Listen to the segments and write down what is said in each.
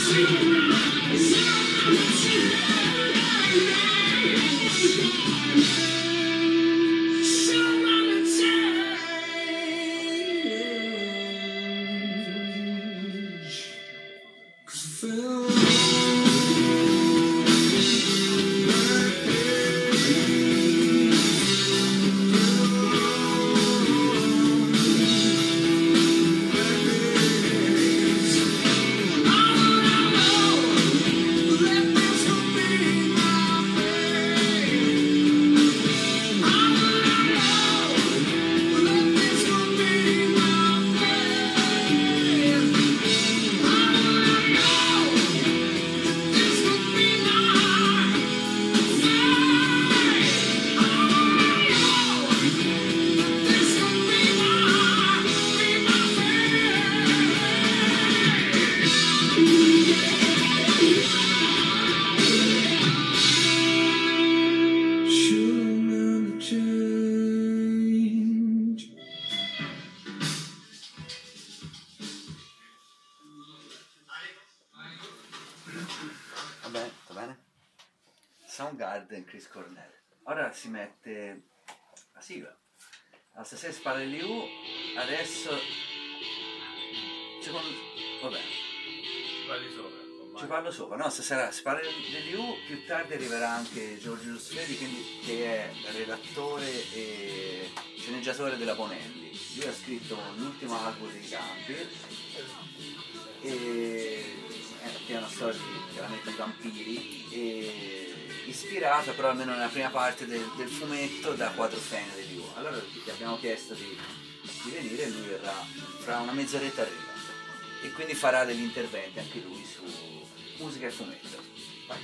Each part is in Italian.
Soundgarden, Chris Cornell. Ora si mette la sigla. Allora, stasera spara l'U, adesso secondo... vabbè. Parli sopra. Ci parlo sopra, no, stasera spara l'U, più tardi arriverà anche Giorgio Lussferi, che è redattore e sceneggiatore della Bonelli. Lui ha scritto l'ultimo album dei Campi e è una storia chiaramente di vampiri e ispirata però almeno nella prima parte del fumetto da Quattro Fene degli U. Allora ti abbiamo chiesto di venire e lui verrà fra una mezz'oretta arriva e quindi farà degli interventi anche lui su musica e fumetto. Vai.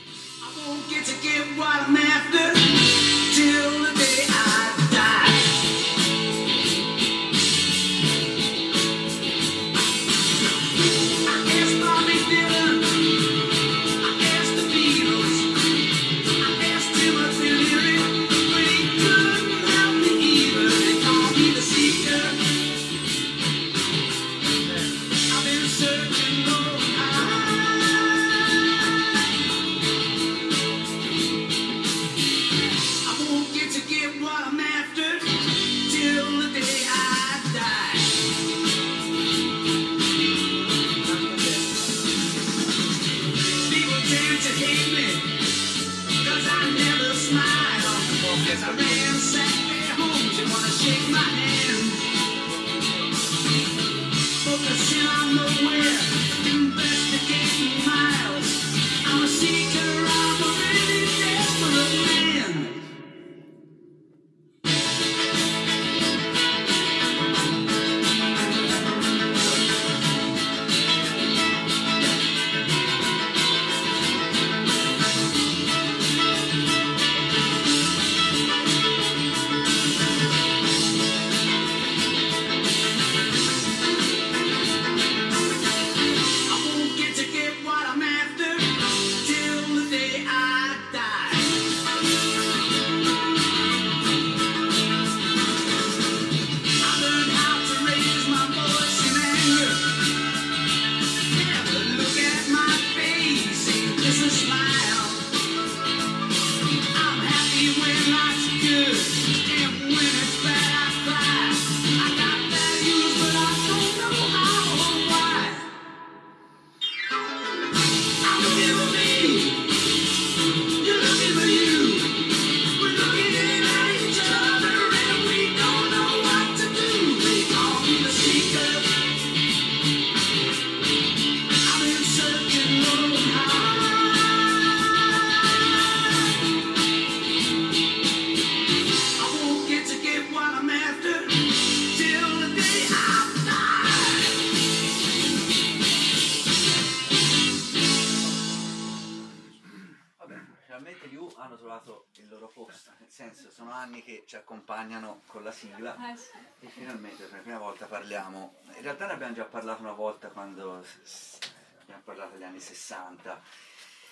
Sono anni che ci accompagnano con la sigla e finalmente per la prima volta parliamo. In realtà ne abbiamo già parlato una volta quando abbiamo parlato degli anni 60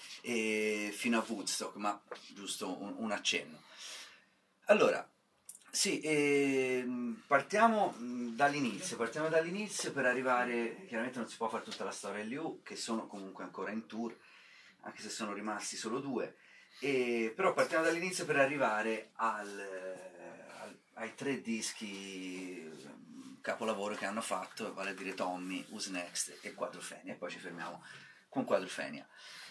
e fino a Woodstock, ma giusto un accenno. Allora, Sì, partiamo dall'inizio per arrivare, chiaramente non si può fare tutta la storia di Liu, che sono comunque ancora in tour, anche se sono rimasti solo 2, però partiamo dall'inizio per arrivare ai 3 dischi capolavoro che hanno fatto, vale a dire Tommy, Who's Next e Quadrophenia, e poi ci fermiamo con Quadrophenia.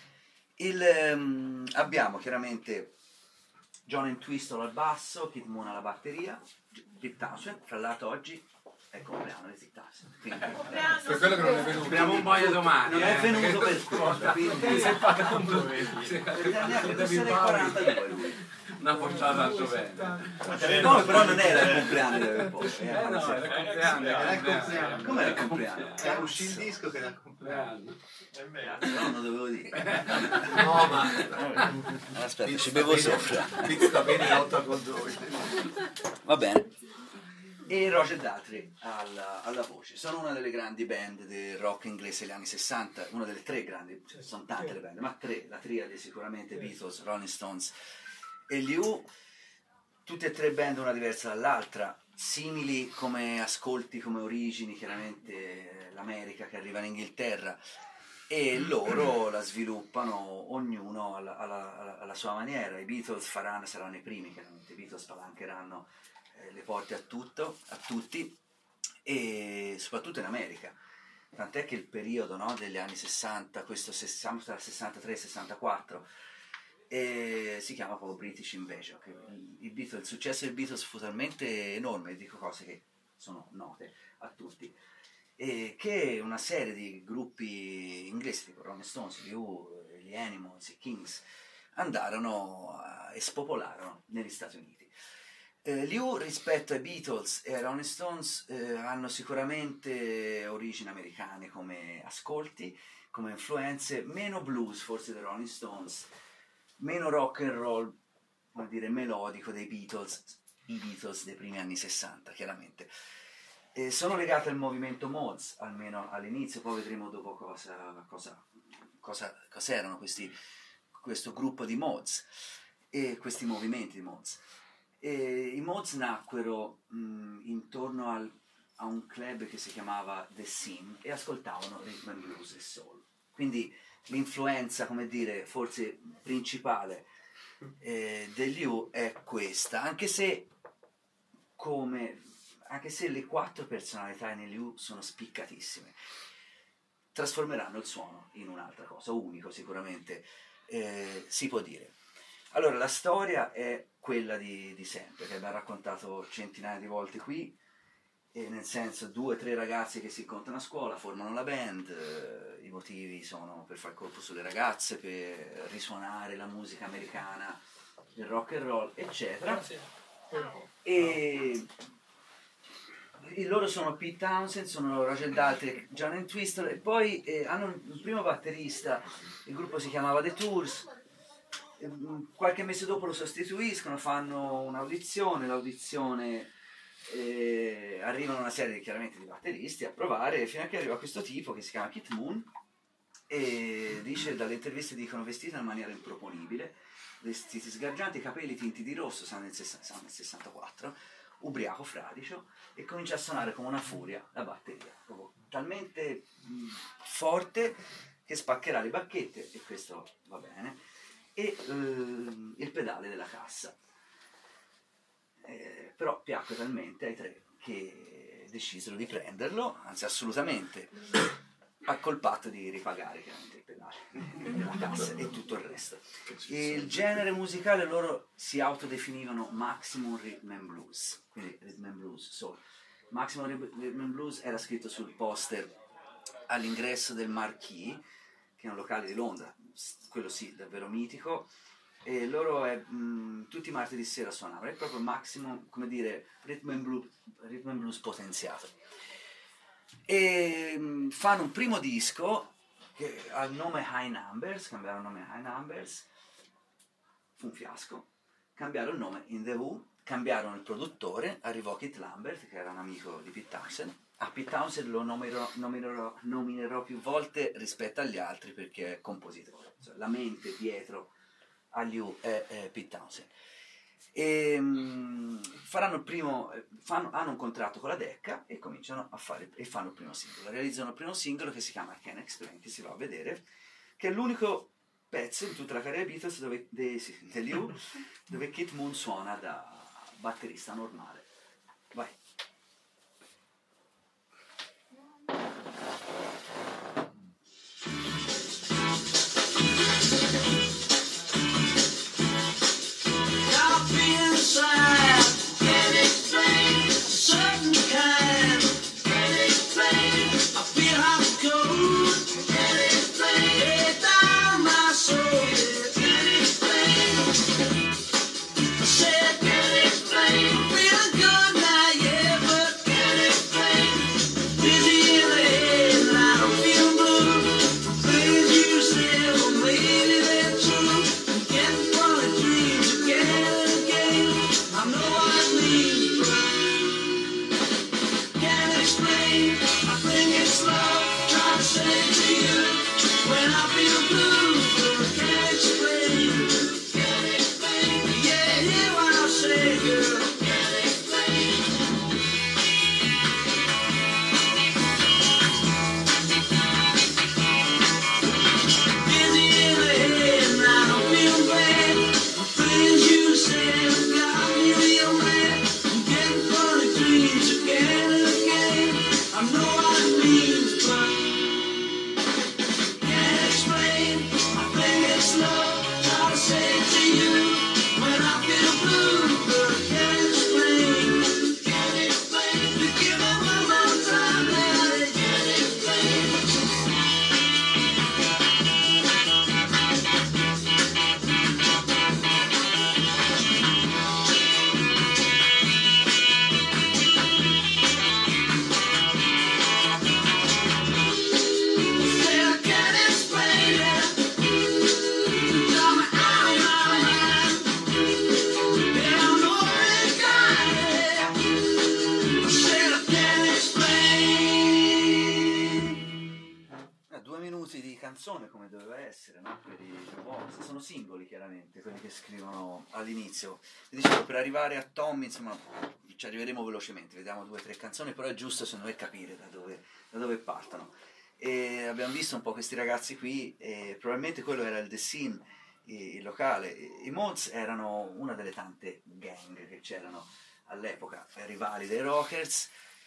Abbiamo chiaramente John Entwistle al basso, Kid Moon alla batteria, Pete Townshend, tra l'altro oggi è il compleanno di Pete Townshend. Per quello che non è venuto. Apriamo un paio domani. Non è venuto per questo, quindi sei pagato. deve essere 42 lui. Una portata al bene. No, però non era il compleanno di David Bowie. No, era il compleanno. Era il compleanno. Com'era il compleanno? Era uscito il disco che era il compleanno. No, non lo dovevo dire. No, ma Aspetta, ci bevo sopra. Pete sta bene in autocontrollo. Va bene. E Roger Daltrey alla voce. Sono una delle grandi band del rock inglese degli anni 60, una delle 3 grandi, sono tante le band, ma 3, la triade sicuramente, Beatles, Rolling Stones e Liu, tutte e 3 band una diversa dall'altra, simili come ascolti, come origini, chiaramente l'America che arriva in Inghilterra, e loro la sviluppano ognuno alla sua maniera. I Beatles saranno i primi, chiaramente i Beatles spalancheranno le porte a tutti, e soprattutto in America, tant'è che il periodo, no, degli anni 60, questo siamo tra 63 e 64, si chiama proprio British Invasion, che il successo dei Beatles fu talmente enorme, dico cose che sono note a tutti, che una serie di gruppi inglesi tipo Rolling Stones, gli Animals, i Kings andarono e spopolarono negli Stati Uniti. Liu rispetto ai Beatles e ai Rolling Stones hanno sicuramente origini americane come ascolti, come influenze, meno blues forse dei Rolling Stones, meno rock and roll, vuol dire melodico dei Beatles, i Beatles dei primi anni 60 chiaramente. Sono legate al movimento Mods, almeno all'inizio, poi vedremo dopo cosa erano questo gruppo di Mods e questi movimenti di Mods. I Mods nacquero intorno a un club che si chiamava The Scene e ascoltavano rhythm and blues e soul. Quindi l'influenza, come dire, forse principale degli Liu è questa, anche se le 4 personalità negli Liu sono spiccatissime, trasformeranno il suono in un'altra cosa, unico sicuramente, si può dire. Allora, la storia è quella di sempre, che abbiamo raccontato centinaia di volte qui, nel senso 2 o 3 ragazzi che si incontrano a scuola, formano la band, i motivi sono per far colpo sulle ragazze, per risuonare la musica americana, il rock and roll, eccetera. E loro sono Pete Townshend, sono Roger Daltrey, John Entwistle, e poi hanno un primo batterista, il gruppo si chiamava The Tours. Qualche mese dopo lo sostituiscono, fanno un'audizione, arrivano una serie chiaramente di batteristi a provare, fino a che arriva questo tipo che si chiama Kid Moon e dice, dalle interviste dicono, vestiti in una maniera improponibile, vestiti sgargianti, capelli tinti di rosso, siamo nel 64, ubriaco fradicio, e comincia a suonare come una furia la batteria, proprio talmente forte che spaccherà le bacchette, e questo va bene, e il pedale della cassa. Però piacque talmente ai 3 che decisero di prenderlo, anzi assolutamente, col patto di ripagare chiaramente il pedale della cassa e tutto il resto. Il genere musicale loro si autodefinivano Maximum Rhythm and Blues, quindi Rhythm and Blues soul. Maximum Rhythm and Blues era scritto sul poster all'ingresso del Marquis, che è un locale di Londra, quello sì, davvero mitico, e loro tutti i martedì sera suonavano, è proprio Maximum, come dire, rhythm and blues potenziato. E fanno un primo disco che ha il nome High Numbers, cambiarono il nome High Numbers, fu un fiasco, cambiarono il nome In The Who, cambiarono il produttore, arrivò Keith Lambert, che era un amico di Pete Townshend. Pete Townshend lo nominerò più volte rispetto agli altri perché è compositore, cioè, la mente dietro agli U è Pete Townshend. E faranno il primo, hanno un contratto con la Decca e cominciano a fare e fanno il primo singolo. Realizzano il primo singolo che si chiama Can't Explain, che si va a vedere, che è l'unico pezzo in tutta la carriera Beatles degli Who dove Keith Moon suona da batterista normale. Vai. Come doveva essere, no? Quelli sono singoli chiaramente, quelli che scrivono all'inizio. Vi dicevo, per arrivare a Tommy, insomma, ci arriveremo velocemente, vediamo 2 o 3 canzoni, però è giusto secondo me capire da dove partono. E abbiamo visto un po' questi ragazzi qui, e probabilmente quello era il The Scene, il locale. I Mods erano una delle tante gang che c'erano all'epoca, rivali dei Rockers.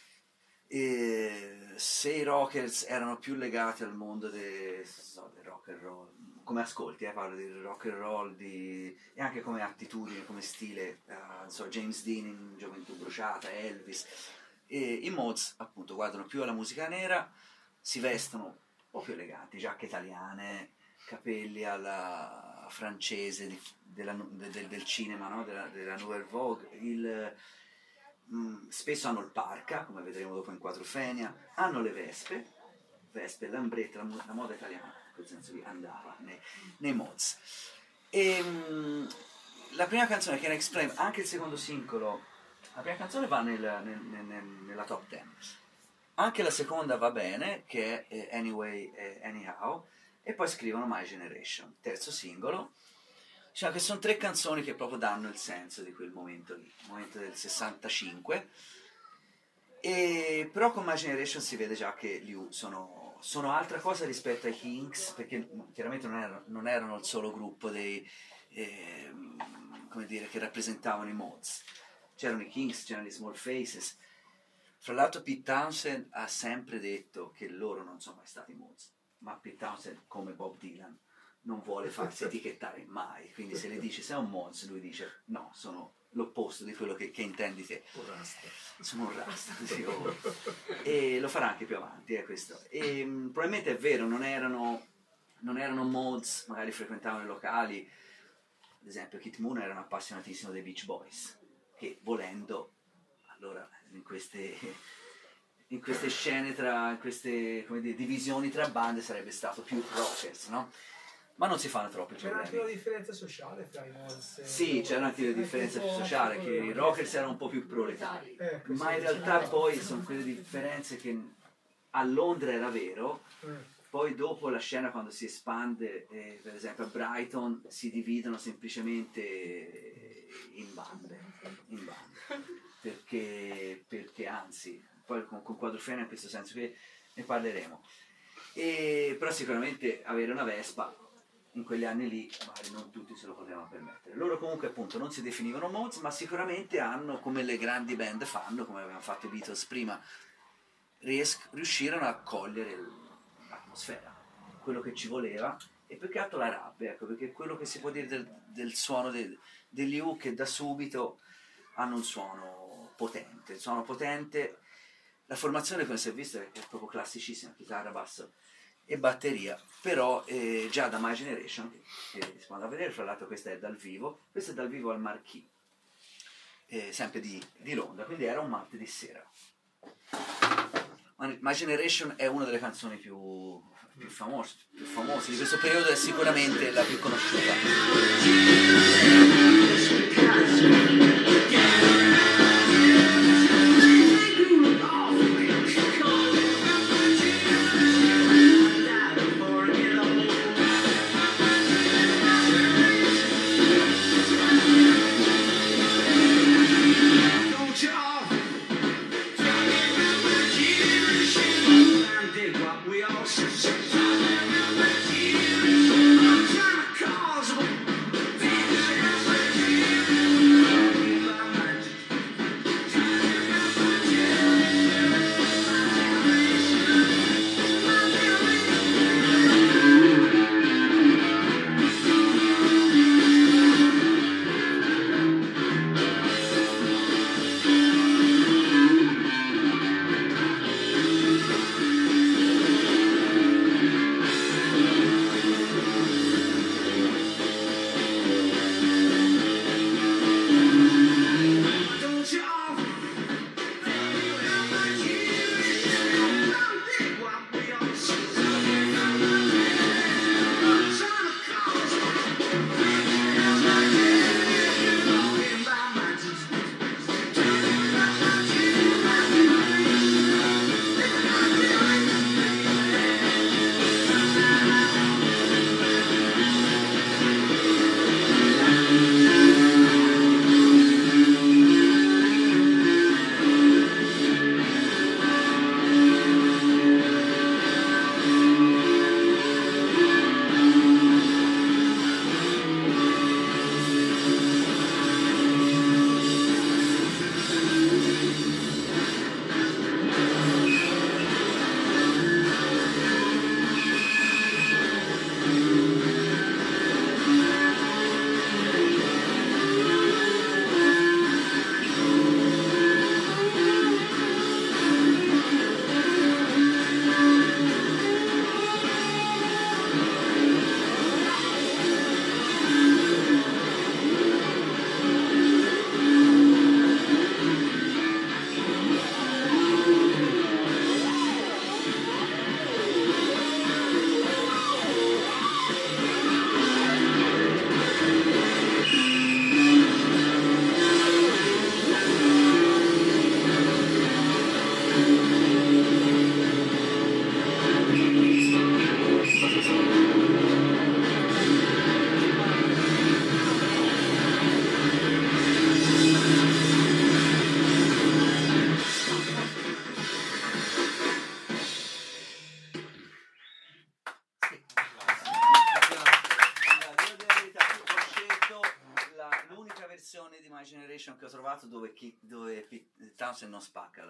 E se i Rockers erano più legati al mondo del rock and roll, come ascolti, parlo di rock and roll e anche come attitudine, come stile, James Dean in Gioventù Bruciata, Elvis, e i Mods appunto guardano più alla musica nera, si vestono un po' più eleganti, giacche italiane, capelli alla francese del cinema, no? della Nouvelle Vogue, spesso hanno il parka, come vedremo dopo in Quadrofenia, hanno le vespe, lambretta, la moda italiana, in quel senso lì andava nei Mods. E la prima canzone, Can't Explain, anche il secondo singolo, la prima canzone va nella top 10, anche la seconda va bene, che è Anyway Anyhow, e poi scrivono My Generation, terzo singolo. Diciamo che sono 3 canzoni che proprio danno il senso di quel momento lì, il momento del 65, e però con My Generation si vede già che gli U sono altra cosa rispetto ai Kinks, perché chiaramente non erano il solo gruppo come dire, che rappresentavano i Mods. C'erano i Kinks, c'erano gli Small Faces. Fra l'altro Pete Townshend ha sempre detto che loro non sono mai stati Mods, ma Pete Townshend, come Bob Dylan, non vuole farsi etichettare mai, quindi se le dici sei un Mods, lui dice no, sono l'opposto di quello che intendi te. Un rasta. Sono un rasta, sì, e lo farà anche più avanti, questo. E probabilmente è vero, non erano Mods, magari frequentavano i locali, ad esempio Keith Moon era un appassionatissimo dei Beach Boys, che volendo, allora in queste scene in queste come dire, divisioni tra bande sarebbe stato più Rockers, no? Ma non si fanno troppi problemi. C'era anche una differenza sociale tra i Mods. Sì, c'era anche una differenza sociale, che i Rockers erano un po' più proletari, ma in realtà poi sono quelle differenze che a Londra era vero, poi dopo la scena quando si espande, per esempio a Brighton si dividono semplicemente in bande. Perché anzi, poi con Quadrofenia in questo senso che ne parleremo. Però sicuramente avere una Vespa in quegli anni lì magari non tutti se lo potevano permettere. Loro comunque appunto non si definivano mods, ma sicuramente hanno, come le grandi band fanno, come avevano fatto i Beatles prima, riuscirono a cogliere l'atmosfera, quello che ci voleva, e più che altro la rabbia, ecco, perché quello che si può dire del suono degli U, che da subito hanno un suono potente, la formazione come si è visto è proprio classicissima, chitarra, basso e batteria, però già da My Generation, che si può andare a vedere, fra l'altro questo è dal vivo al Marquis, sempre di Londra, quindi era un martedì sera. My Generation è una delle canzoni più famose di questo periodo, è sicuramente la più conosciuta. Di My Generation che ho trovato dove Pete Townshend non spacca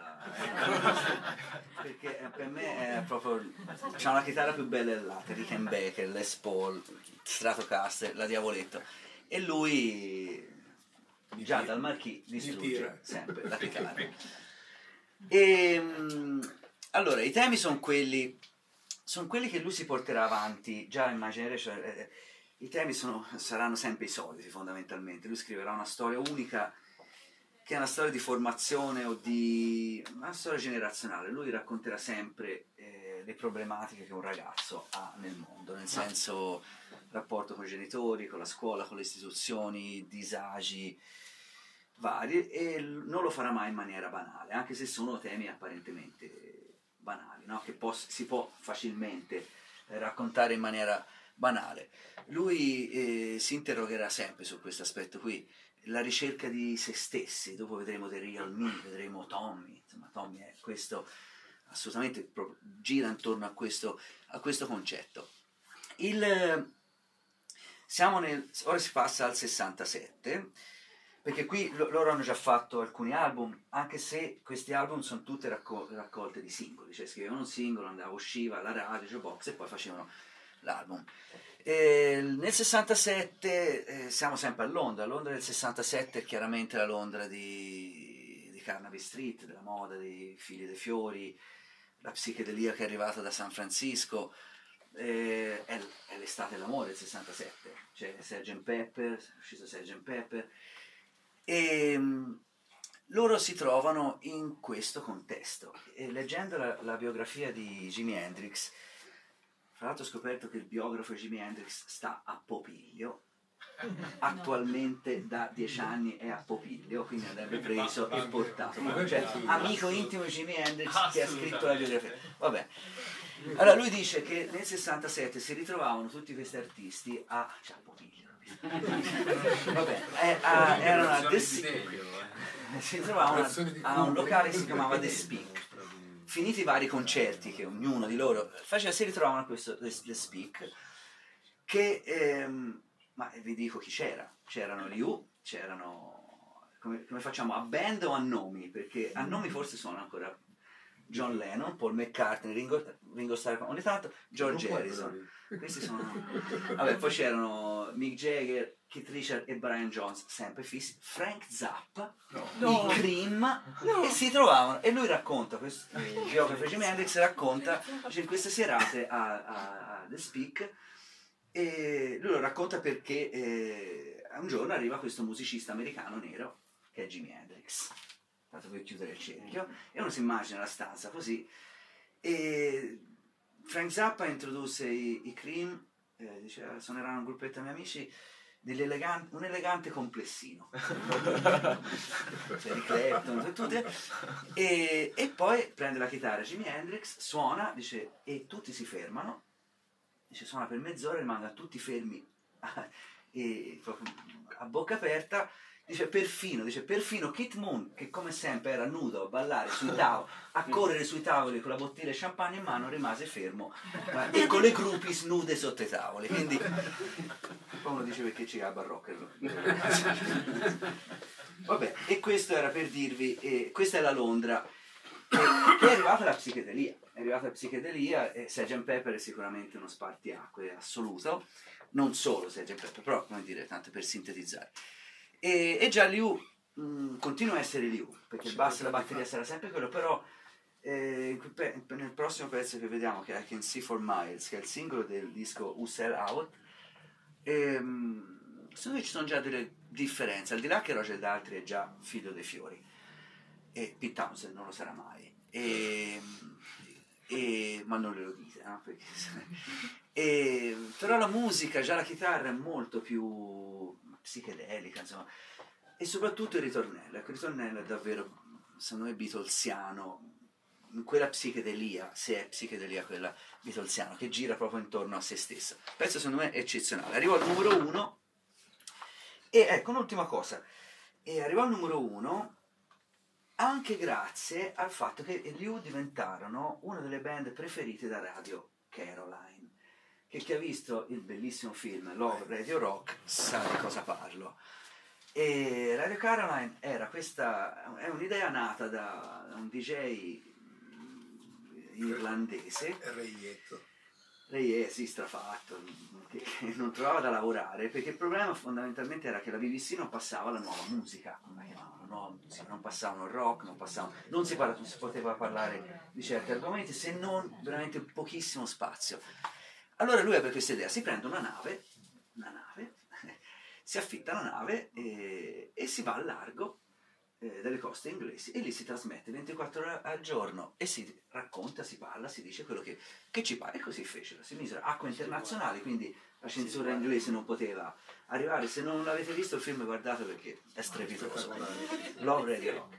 perché per me è proprio, c'ha una chitarra più bella dell'altra, Rickenbacker, Les Paul, Stratocaster, la Diavoletto, e lui già dal Marquis distrugge sempre la chitarra. Allora i temi sono quelli che lui si porterà avanti già in My Generation. I temi saranno sempre i soliti fondamentalmente. Lui scriverà una storia unica, che è una storia di formazione o una storia generazionale. Lui racconterà sempre le problematiche che un ragazzo ha nel mondo, nel senso rapporto con i genitori, con la scuola, con le istituzioni, disagi vari, e non lo farà mai in maniera banale, anche se sono temi apparentemente banali, no? Che si può facilmente raccontare in maniera banale. Lui si interrogherà sempre su questo aspetto qui, la ricerca di se stessi. Dopo vedremo The Real Me, vedremo Tommy, insomma Tommy è questo, assolutamente gira intorno a questo concetto. Ora si passa al 67, perché qui loro hanno già fatto alcuni album, anche se questi album sono tutte raccolte di singoli, cioè scrivevano un singolo, usciva alla radio, Jukebox, e poi facevano l'album. Nel 67 siamo sempre a Londra. Londra del 67 è chiaramente la Londra di Carnaby Street, della moda, dei fili dei fiori, la psichedelia che è arrivata da San Francisco. È l'estate dell'amore del 67, c'è Sgt. Pepper, è uscito Sgt. Pepper, e loro si trovano in questo contesto. E leggendo la biografia di Jimi Hendrix, fra l'altro ho scoperto che il biografo di Jimi Hendrix sta a Popiglio, attualmente da 10 anni è a Popiglio, quindi andrebbe preso e portato, cioè amico intimo di Jimi Hendrix che ha scritto la biografia. Vabbè. Allora lui dice che nel 67 si ritrovavano tutti questi artisti a Popiglio. Vabbè, erano a si trovavano a un locale che si chiamava The Speak. Finiti i vari concerti che ognuno di loro faceva, si ritrovavano a questo The Speak, che ma vi dico chi c'era. C'erano gli U, c'erano, come facciamo, a band o a nomi? Perché a nomi forse sono ancora John Lennon, Paul McCartney, Ringo Starr, ogni tanto George Harrison. Questi sono. Vabbè, poi c'erano Mick Jagger, Keith Richards e Brian Jones, sempre fissi, Frank Zappa, i Cream, e si trovavano. E lui racconta, questo biografo Jimi Hendrix racconta, dice, in queste serate a The Speak, e lui lo racconta perché un giorno arriva questo musicista americano nero che è Jimi Hendrix, tanto per chiudere il cerchio, e uno si immagina la stanza così, e Frank Zappa introdusse i Cream, diceva, suoneranno un gruppetto di miei amici, un elegante complessino, cioè, di Clapton, e poi prende la chitarra Jimi Hendrix, suona, dice, e tutti si fermano, dice, suona per mezz'ora, rimangono tutti fermi e proprio a bocca aperta. Dice perfino Kit Moon, che come sempre era nudo a ballare sui tavoli, a correre sui tavoli con la bottiglia di champagne in mano, rimase fermo e con le groupies nude sotto i tavoli. Quindi poi uno dice perché ci gabba il rock. Vabbè, e questo era per dirvi, questa è la Londra che è arrivata la psichedelia. È arrivata la psichedelia e Sgt. Pepper è sicuramente uno spartiacque assoluto, non solo Sgt. Pepper, però come dire, tanto per sintetizzare. E già Liu continua a essere Liu, perché il basso e la batteria sarà sempre quello, però nel prossimo pezzo che vediamo, che è I Can See For Miles, che è il singolo del disco Who Sell Out, secondo me ci sono già delle differenze, al di là che Roger Daltrey è già figlio dei fiori, e Pete Townshend non lo sarà mai, ma non glielo dite, no? Perché, però la musica, già la chitarra è molto più psichedelica, insomma, e soprattutto il ritornello. Ecco, il ritornello è davvero, secondo me, beatlesiano, in quella psichedelia, se è psichedelia quella beatlesiana, che gira proprio intorno a se stessa. Pezzo secondo me eccezionale. Arrivo al numero 1 e ecco un'ultima cosa, arrivo al numero 1 anche grazie al fatto che gli U diventarono una delle band preferite da Radio Caroline, che chi ha visto il bellissimo film Love Radio Rock sa di cosa parlo. E Radio Caroline era questa, è un'idea nata da un DJ irlandese, sì, strafatto, che non trovava da lavorare, perché il problema fondamentalmente era che la BBC non passava la nuova musica, non passavano il rock, non si poteva parlare di certi argomenti, se non veramente pochissimo spazio. Allora lui ebbe questa idea, si prende una nave, si affitta la nave e si va al largo delle coste inglesi, e lì si trasmette 24 ore al giorno e si racconta, si parla, si dice quello che ci pare, e così fecero. Si misero acque internazionali, quindi la censura inglese non poteva arrivare. Se non l'avete visto il film, guardate, perché è strepitoso. Love Radio Rock.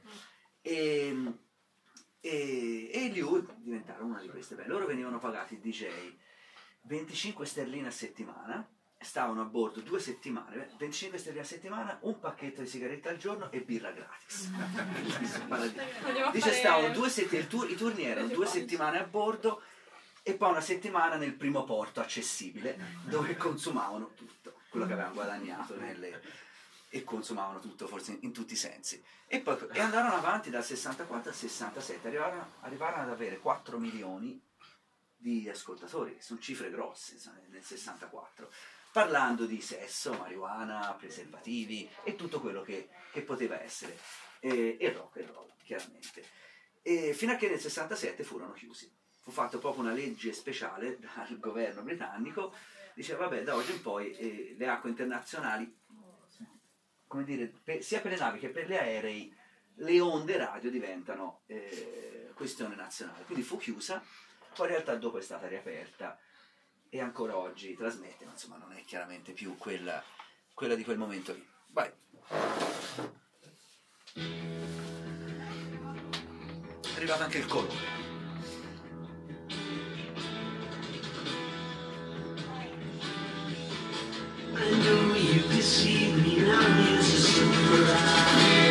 E gli U diventarono una di queste band. Loro venivano pagati DJ 25 sterline a settimana, stavano a bordo 2 settimane, 25 sterline a settimana, un pacchetto di sigarette al giorno e birra gratis. Dice stavano 2 settimane, i turni erano 2 settimane a bordo e poi una settimana nel primo porto accessibile dove consumavano tutto quello che avevano guadagnato e consumavano tutto forse in tutti i sensi. E andarono avanti dal 64 al 67, arrivarono ad avere 4 milioni di ascoltatori, sono cifre grosse insomma, nel 64, parlando di sesso, marijuana, preservativi e tutto quello che poteva essere, e rock and roll chiaramente. E fino a che nel 67 furono chiusi. Fu fatta proprio una legge speciale dal governo britannico, diceva vabbè da oggi in poi le acque internazionali, come dire, sia per le navi che per gli aerei, le onde radio diventano questione nazionale, quindi fu chiusa, poi in realtà dopo è stata riaperta e ancora oggi trasmette, ma insomma non è chiaramente più quella di quel momento lì. Vai. È arrivato anche il colore. I know you deceive me, now here's a surprise.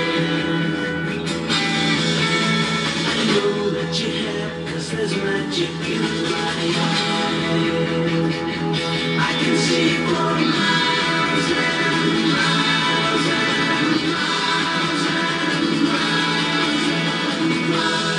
I know that you have, 'cause there's magic in my eyes. I can see for miles and miles and miles and miles and miles.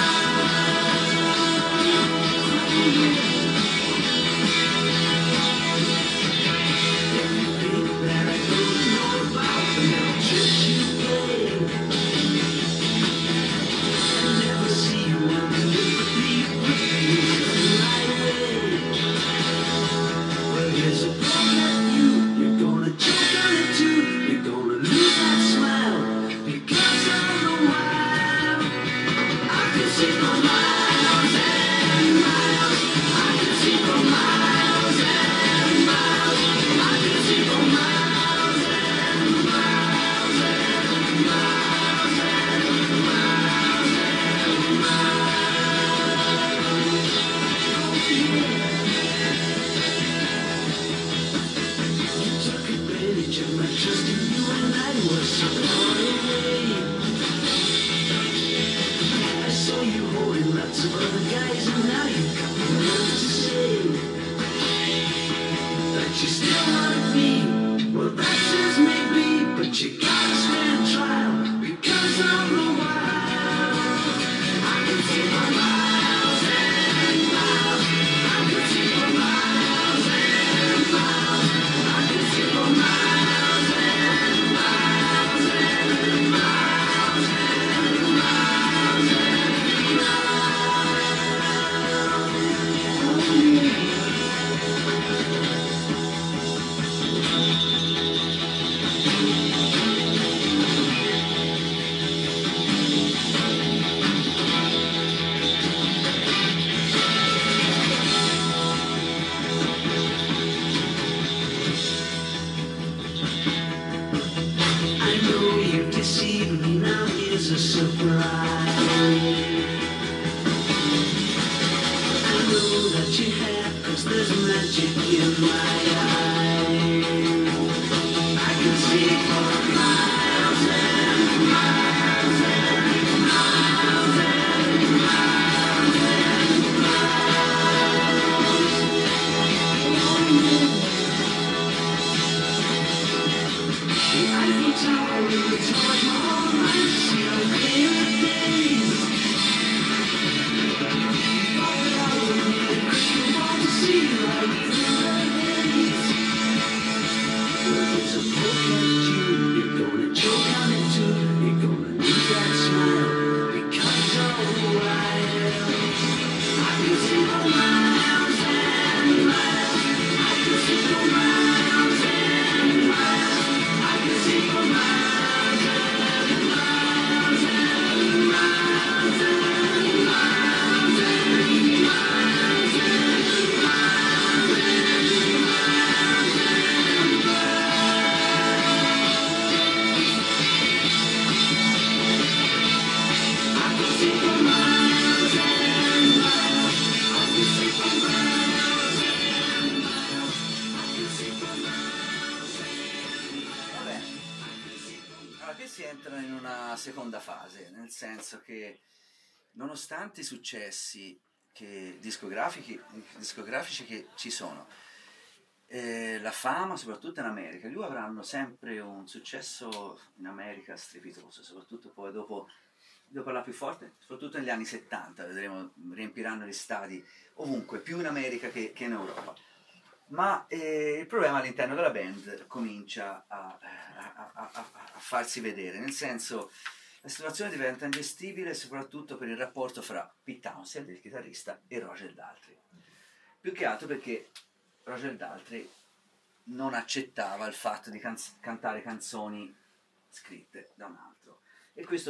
Dopodiché si entra in una seconda fase, nel senso che nonostante i successi discografici che ci sono, la fama soprattutto in America, gli avranno sempre un successo in America strepitoso, soprattutto poi dopo la più forte, soprattutto negli anni 70, vedremo, riempiranno gli stadi ovunque, più in America che in Europa. Ma il problema all'interno della band comincia a farsi vedere, nel senso la situazione diventa ingestibile soprattutto per il rapporto fra Pete Townshend, il chitarrista, e Roger Daltrey. Più che altro perché Roger Daltrey non accettava il fatto di cantare canzoni scritte da un altro. E questo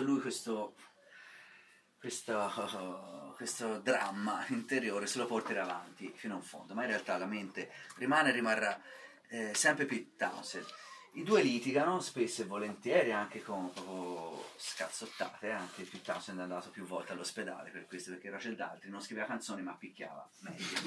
dramma interiore se lo porterà avanti fino a un fondo, ma in realtà la mente rimarrà sempre Pete Townshend. I due litigano spesso e volentieri, anche con scazzottate, anche Pete Townshend è andato più volte all'ospedale per questo, perché Roger Daltrey non scriveva canzoni ma picchiava meglio.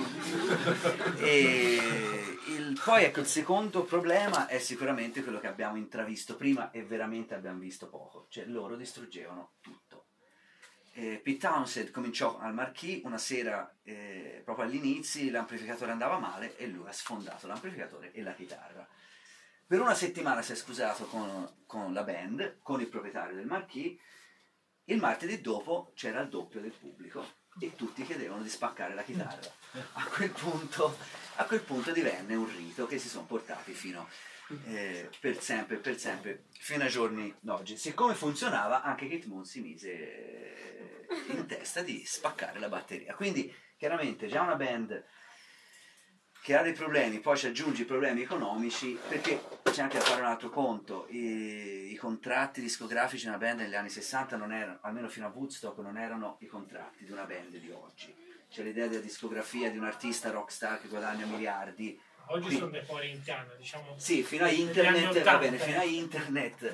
Poi ecco, il secondo problema è sicuramente quello che abbiamo intravisto prima e veramente abbiamo visto poco, cioè loro distruggevano tutto. Pete Townshend cominciò al Marquis una sera, proprio all'inizio l'amplificatore andava male e lui ha sfondato l'amplificatore e la chitarra. Per una settimana si è scusato con la band, con il proprietario del Marquis. Il martedì dopo c'era il doppio del pubblico e tutti chiedevano di spaccare la chitarra. A quel punto divenne un rito che si sono portati fino per sempre, fino ai giorni d'oggi. Siccome funzionava, anche Keith Moon si mise in testa di spaccare la batteria. Quindi chiaramente già una band che ha dei problemi, poi ci aggiungi i problemi economici, perché c'è anche da fare un altro conto, i contratti discografici di una band negli anni 60 non erano, almeno fino a Woodstock, non erano i contratti di una band di oggi. C'è l'idea della discografia di un artista rockstar che guadagna miliardi. Oggi sono dei fuori in piano, diciamo. Sì, fino a internet, va bene, fino a internet.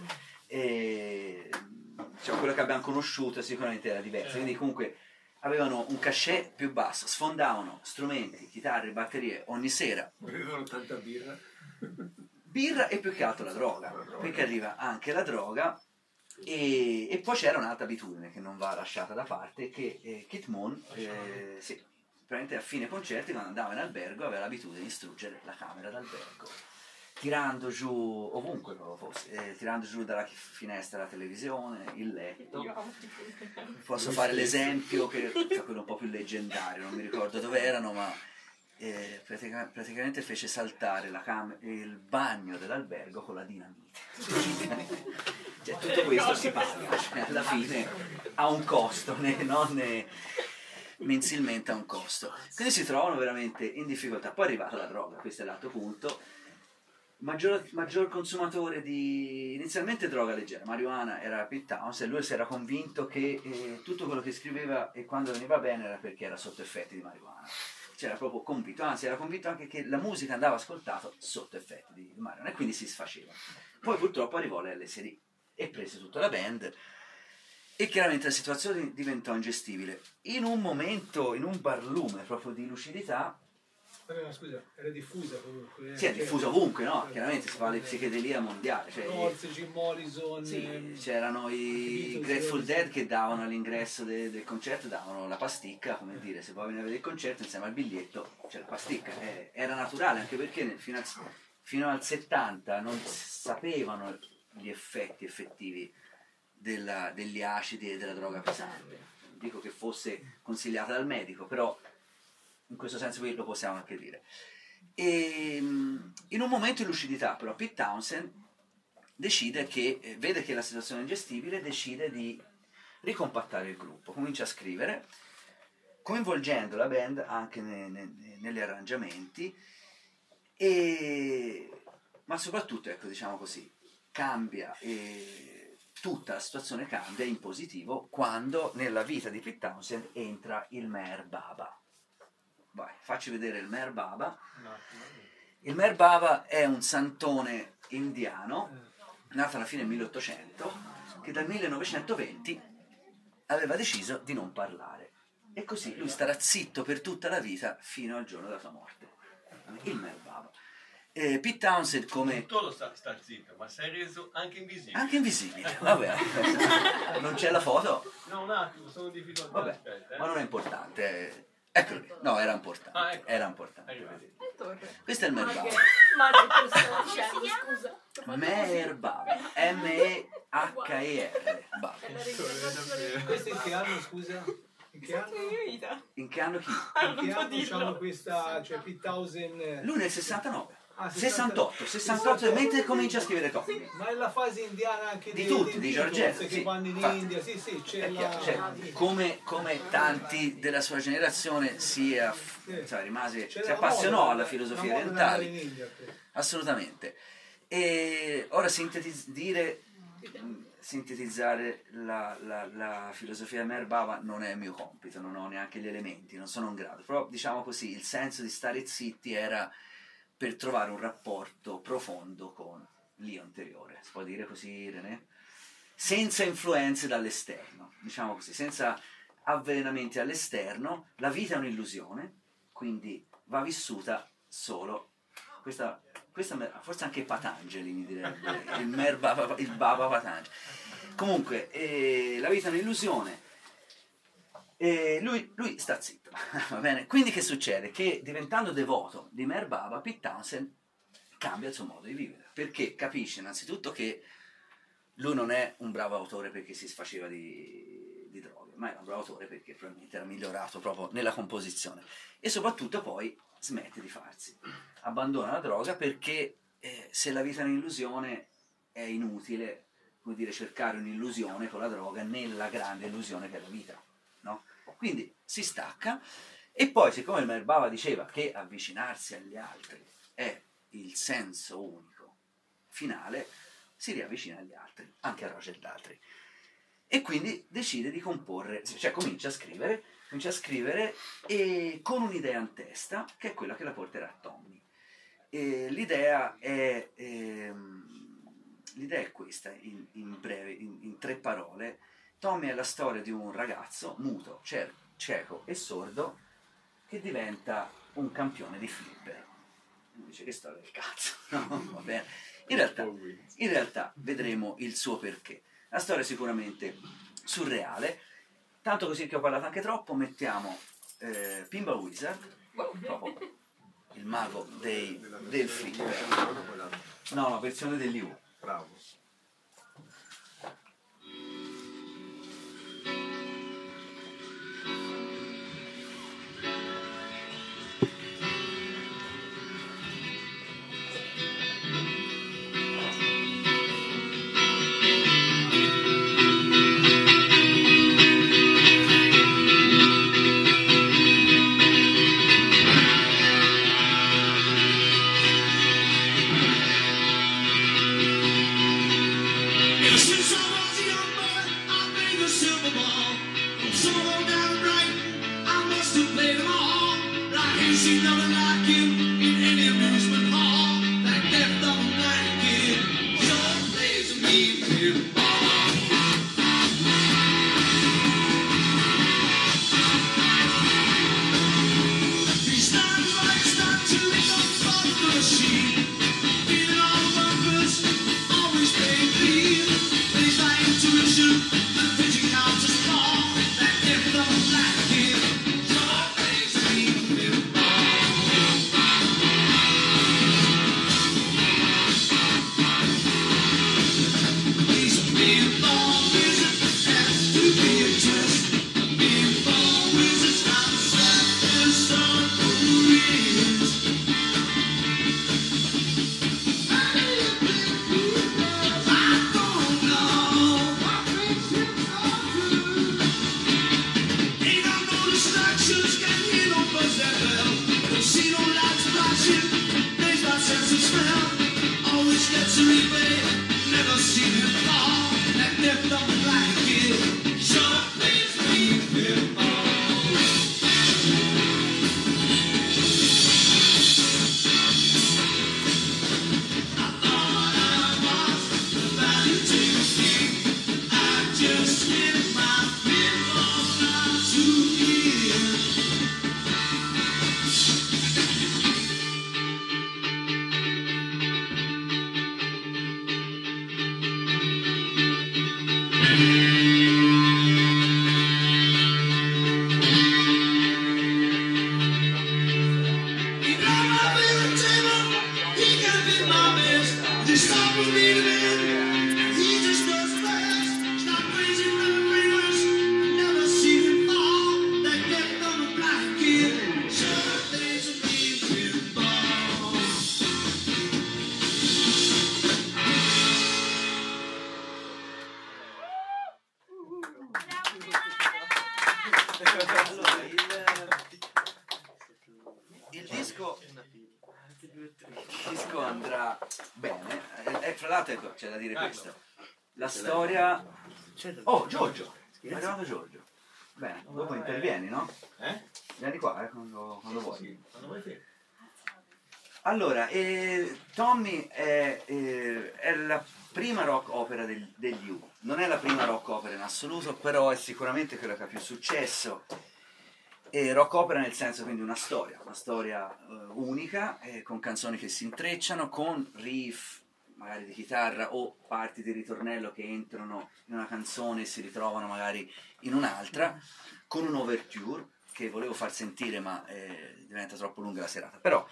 Cioè, quello che abbiamo conosciuto sicuramente era diverso, quindi comunque avevano un cachet più basso, sfondavano strumenti, chitarre, batterie ogni sera. Bevevano tanta birra. Birra e più che altro la droga, perché arriva anche la droga e poi c'era un'altra abitudine che non va lasciata da parte, che Keith Moon, sì, praticamente a fine concerti quando andava in albergo aveva l'abitudine di distruggere la camera d'albergo, tirando giù ovunque fosse, tirando giù dalla finestra la televisione, il letto. Posso fare l'esempio che è quello un po' più leggendario, non mi ricordo dove erano, ma praticamente fece saltare il bagno dell'albergo con la dinamite. Cioè, tutto questo si paga, cioè, alla fine ha un costo, mensilmente ha un costo. Quindi si trovano veramente in difficoltà. Poi è arrivata la droga, questo è l'altro punto. Maggior consumatore di inizialmente droga leggera, marijuana, era Pete Townshend, e lui si era convinto che tutto quello che scriveva e quando veniva bene era perché era sotto effetti di marijuana. C'era proprio convinto, anzi era convinto anche che la musica andava ascoltata sotto effetti di marijuana, e quindi si sfaceva. Poi purtroppo arrivò l'LSD e prese tutta la band e chiaramente la situazione diventò ingestibile. In un momento, in un barlume proprio di lucidità. Scusa, era diffusa comunque. Sì, è diffusa ovunque, no? Chiaramente si parla di psichedelia mondiale. Cioè, North, Jim Morrison. Sì, c'erano i Grateful Dead che davano all'ingresso del concerto, davano la pasticca, come dire, se poi venire a vedere il concerto insieme al biglietto c'è la pasticca. Era naturale, anche perché fino al 70 non sapevano gli effetti effettivi degli acidi e della droga pesante. Non dico che fosse consigliata dal medico, però in questo senso qui lo possiamo anche dire. E in un momento di lucidità però Pete Townshend decide che vede che la situazione è ingestibile, decide di ricompattare il gruppo, comincia a scrivere coinvolgendo la band anche negli arrangiamenti, ma soprattutto, ecco, diciamo così, cambia, tutta la situazione cambia in positivo quando nella vita di Pete Townshend entra il Meher Baba. Vai, facci vedere il Meher Baba. Il Meher Baba è un santone indiano nato alla fine del 1800 che dal 1920 aveva deciso di non parlare e così lui starà zitto per tutta la vita fino al giorno della sua morte. Il Meher Baba. Pete Townshend come... Tu lo sta zitto, ma sei reso anche invisibile. Anche invisibile, vabbè. Non c'è la foto? No, un attimo, sono in difficoltà. Vabbè, Aspetta, ma non è importante. Eccolo lì. No, era importante. Ah, ecco. Era importante. Arrivederci. Questo è il Meher Baba. Ma che cosa sto dicendo, scusa? Meher Baba. M-E-H-E-R. Baba. Questo in che anno, scusa? In che anno? In che anno chi? In che anno c'hanno questa, cioè Pete Townshend? Lui nel 69. Ah, 68, mentre comincia a scrivere Tommy. Ma è la fase indiana anche Di tutti, di Giorgetto, che sì, vanno in infatti. India, sì, c'è È la... chiaro, cioè, come tanti della sua generazione rimase, si appassionò alla filosofia orientale, assolutamente. E ora sintetizzare la filosofia di Meher Baba non è il mio compito, non ho neanche gli elementi, non sono in grado, però diciamo così, il senso di stare zitti era per trovare un rapporto profondo con l'io interiore, si può dire così, René? Senza influenze dall'esterno, diciamo così, senza avvelenamenti all'esterno. La vita è un'illusione, quindi va vissuta solo. Questa forse anche Patanjali mi direbbe, il Baba Patanjali. Comunque, la vita è un'illusione. E lui sta zitto, va bene? Quindi che succede? Che diventando devoto di Meher Baba, Pete Townshend cambia il suo modo di vivere, perché capisce innanzitutto che lui non è un bravo autore perché si sfaceva di droghe, ma era un bravo autore perché probabilmente era migliorato proprio nella composizione, e soprattutto poi smette di farsi, abbandona la droga perché se la vita è un'illusione è inutile, come dire, cercare un'illusione con la droga nella grande illusione che è la vita. No? Quindi si stacca, e poi siccome il Meher Baba diceva che avvicinarsi agli altri è il senso unico finale, si riavvicina agli altri, anche a Roger Daltrey, e quindi decide di comporre, cioè comincia a scrivere e con un'idea in testa che è quella che la porterà a Tommy. E l'idea è questa, in breve, in 3 parole. Tommy è la storia di un ragazzo muto, cieco e sordo che diventa un campione di flipper. Dice, che storia del cazzo, no? Va bene. In realtà vedremo il suo perché. La storia è sicuramente surreale, tanto così che ho parlato anche troppo, mettiamo Pinball Wizard, proprio il mago del flipper. No, la versione dell'Iu. Bravo. Allora, il disco andrà bene. E fra l'altro ecco, c'è da dire questo. La storia. Oh, Giorgio! È arrivato Giorgio. Bene, dopo intervieni, no? Vieni qua, quando vuoi. Allora, Tommy è la prima rock opera degli U. Non è la prima rock opera in assoluto, però è sicuramente quella che ha più successo. E rock opera nel senso quindi una storia unica, con canzoni che si intrecciano, con riff magari di chitarra o parti di ritornello che entrano in una canzone e si ritrovano magari in un'altra, con un overture che volevo far sentire ma diventa troppo lunga la serata. Però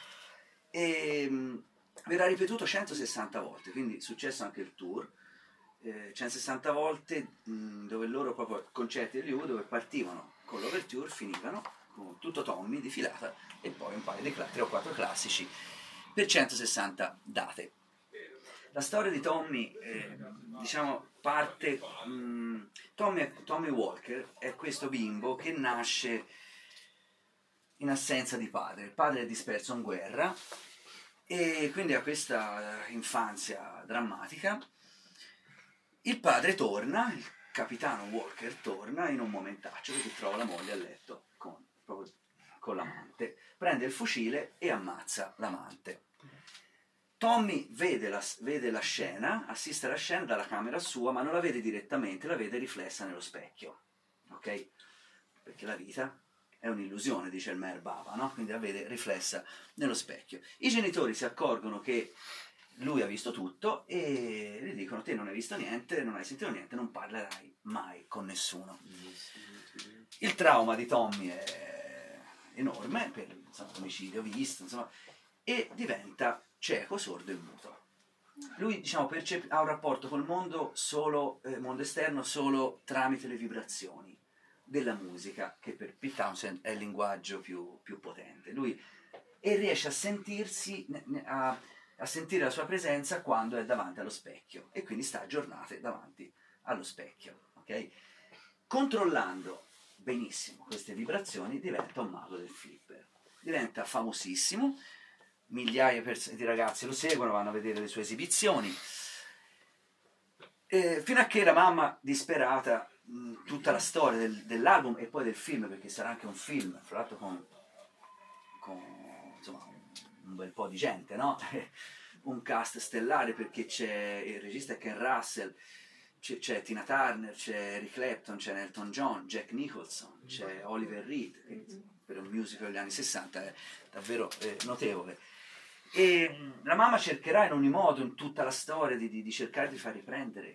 verrà ripetuto 160 volte, quindi è successo anche il tour, 160 volte dove loro proprio concerti degli U dove partivano con l'overture, finivano con tutto Tommy di filata e poi un paio di 3 o 4 classici per 160 date. La storia di Tommy diciamo parte Tommy Walker è questo bimbo che nasce in assenza di padre. Il padre è disperso in guerra e quindi ha questa infanzia drammatica. Il padre torna, il capitano Walker torna in un momentaccio perché trova la moglie a letto con l'amante, prende il fucile e ammazza l'amante. Tommy vede la scena, assiste alla scena dalla camera sua, ma non la vede direttamente, la vede riflessa nello specchio, ok? Perché la vita è un'illusione, dice il Meher Baba, no? Quindi la vede riflessa nello specchio. I genitori si accorgono che lui ha visto tutto e gli dicono: te non hai visto niente, non hai sentito niente, non parlerai mai con nessuno. Il trauma di Tommy è enorme per l'omicidio visto, insomma, e diventa cieco, sordo e muto. Lui diciamo ha un rapporto col mondo esterno solo tramite le vibrazioni della musica, che per Pete Townshend è il linguaggio più potente. Lui riesce a sentirsi a sentire la sua presenza quando è davanti allo specchio e quindi sta giornate davanti allo specchio, ok? Controllando benissimo queste vibrazioni diventa un mago del flipper, diventa famosissimo, migliaia di ragazzi lo seguono, vanno a vedere le sue esibizioni, fino a che la mamma disperata, tutta la storia dell'album e poi del film, perché sarà anche un film, fra l'altro con insomma un bel po' di gente, no? Un cast stellare perché c'è il regista Ken Russell, c'è Tina Turner, c'è Eric Clapton, c'è Elton John, Jack Nicholson, c'è Oliver Reed, che per un musical degli anni 60 è davvero notevole. E la mamma cercherà in ogni modo, in tutta la storia, di cercare di far riprendere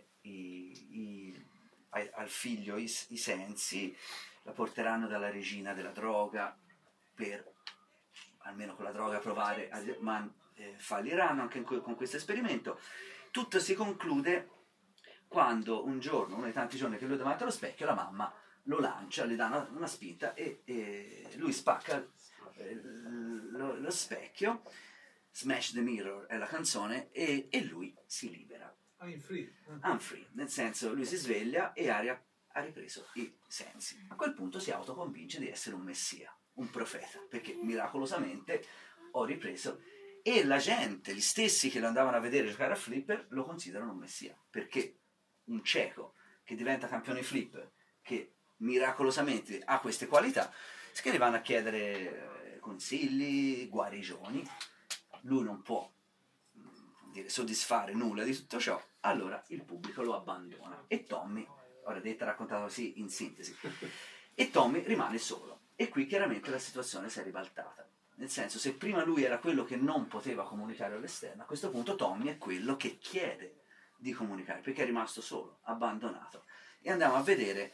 al figlio i sensi. La porteranno dalla regina della droga per almeno con la droga provare, ma falliranno anche con questo esperimento. Tutto si conclude quando un giorno, uno dei tanti giorni che lui è davanti allo specchio, la mamma lo lancia, le dà una spinta e lui spacca lo specchio. Smash the Mirror è la canzone e lui si libera. I'm free, nel senso lui si sveglia e ha ripreso i sensi. A quel punto si autoconvince di essere un messia, un profeta, perché miracolosamente ho ripreso, e la gente, gli stessi che lo andavano a vedere giocare a flipper, lo considerano un messia, perché un cieco che diventa campione flipper, che miracolosamente ha queste qualità, che gli vanno a chiedere consigli, guarigioni. Lui non può soddisfare nulla di tutto ciò, allora il pubblico lo abbandona e Tommy, ora raccontato così in sintesi, e Tommy rimane solo. E qui chiaramente la situazione si è ribaltata, nel senso, se prima lui era quello che non poteva comunicare all'esterno, a questo punto Tommy è quello che chiede di comunicare, perché è rimasto solo, abbandonato. E andiamo a vedere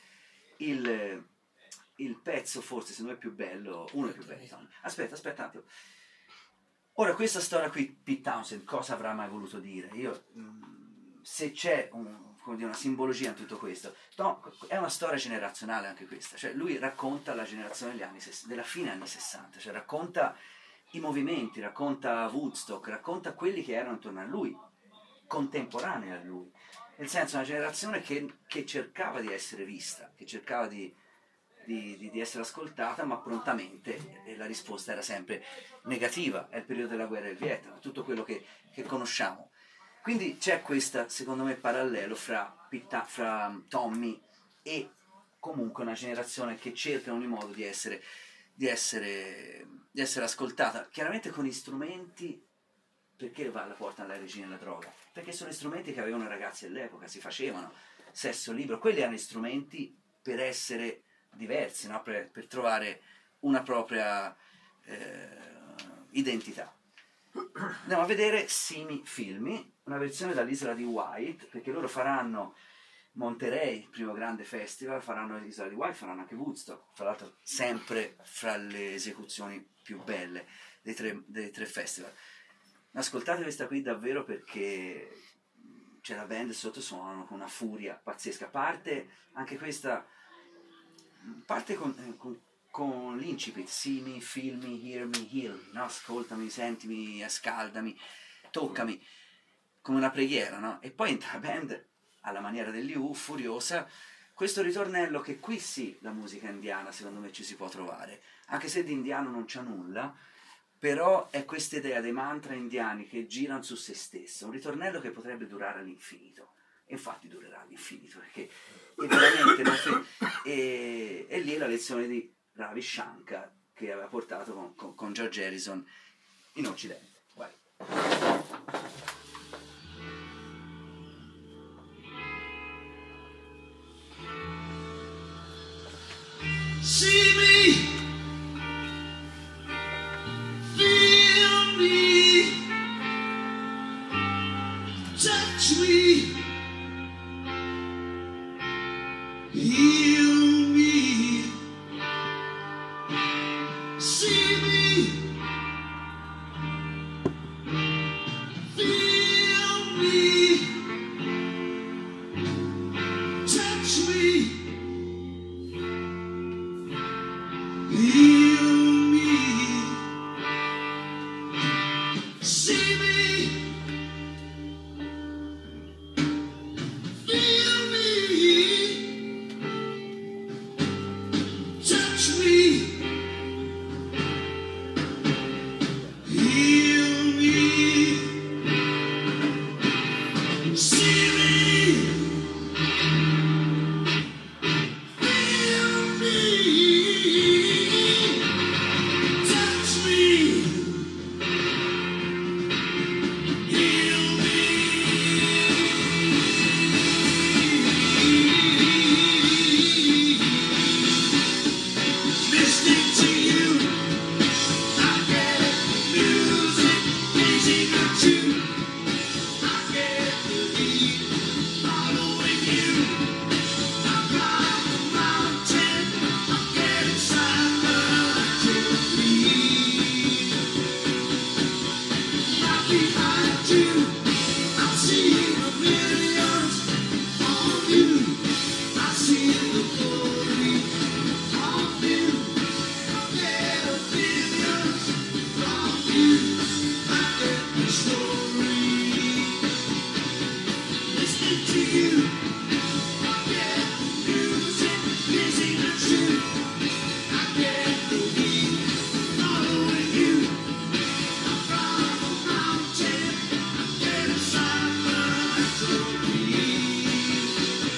il pezzo forse secondo me più bello, uno dei più belli. Aspetta un attimo. Ora, questa storia qui, Pete Townshend, cosa avrà mai voluto dire? Io, se c'è una simbologia in tutto questo, no, è una storia generazionale anche questa, cioè lui racconta la generazione della fine anni 60, cioè racconta i movimenti, racconta Woodstock, racconta quelli che erano intorno a lui, contemporanei a lui, nel senso una generazione che cercava di essere vista, che cercava di essere ascoltata, ma prontamente, e la risposta era sempre negativa. È il periodo della guerra del Vietnam, tutto quello che conosciamo. Quindi c'è questa, secondo me, parallelo fra Tommy e comunque una generazione che cerca in ogni modo di essere ascoltata, chiaramente con gli strumenti. Perché la portano alla regina della droga? Perché sono gli strumenti che avevano i ragazzi all'epoca, si facevano sesso libero, quelli erano gli strumenti per essere diversi, no? per trovare una propria identità. Andiamo a vedere Simi Filmi, una versione dall'Isola di Wight, perché loro faranno Monterey, il primo grande festival, faranno l'Isola di Wight, faranno anche Woodstock, tra l'altro sempre fra le esecuzioni più belle dei tre festival. Ascoltate questa qui davvero, perché c'è la band sotto, suonano con una furia pazzesca. Parte anche questa, parte con l'incipit, see me, feel me, hear me, heal, no? Ascoltami, sentimi, scaldami, toccami, come una preghiera, no? E poi entra la band alla maniera dell'U, furiosa, questo ritornello che qui sì, la musica indiana secondo me ci si può trovare, anche se di indiano non c'è nulla, però è questa idea dei mantra indiani che girano su se stesso, un ritornello che potrebbe durare all'infinito, e infatti durerà all'infinito, perché è veramente e lì è la lezione di Ravi Shankar che aveva portato con George Harrison in Occidente. Vai. See me, feel me, touch me, heal me. See me, feel me, touch me, heal me. See me, feel me, touch me, heal me. See me, feel me, touch me, heal me. Listening to you, I get music, easy to tune. I get the beat, following you. I climb the mountain, I get inside to breathe. Right behind you, I see the millions on you. I see the glory on you. I get a billions from you. I get the story. Listening to you, I get music, busy the truth. I get the beat, following you. I climb the mountain, I get inside to breathe.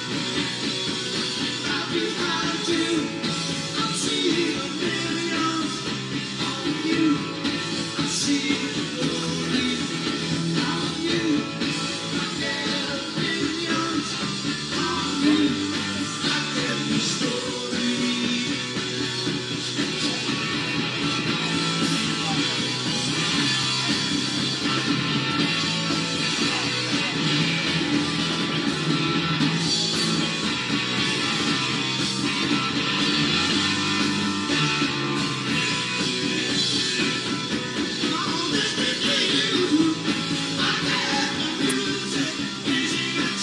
Right behind you, I see the millions on you. I see the glory on you. I get a billions on you. I get the story.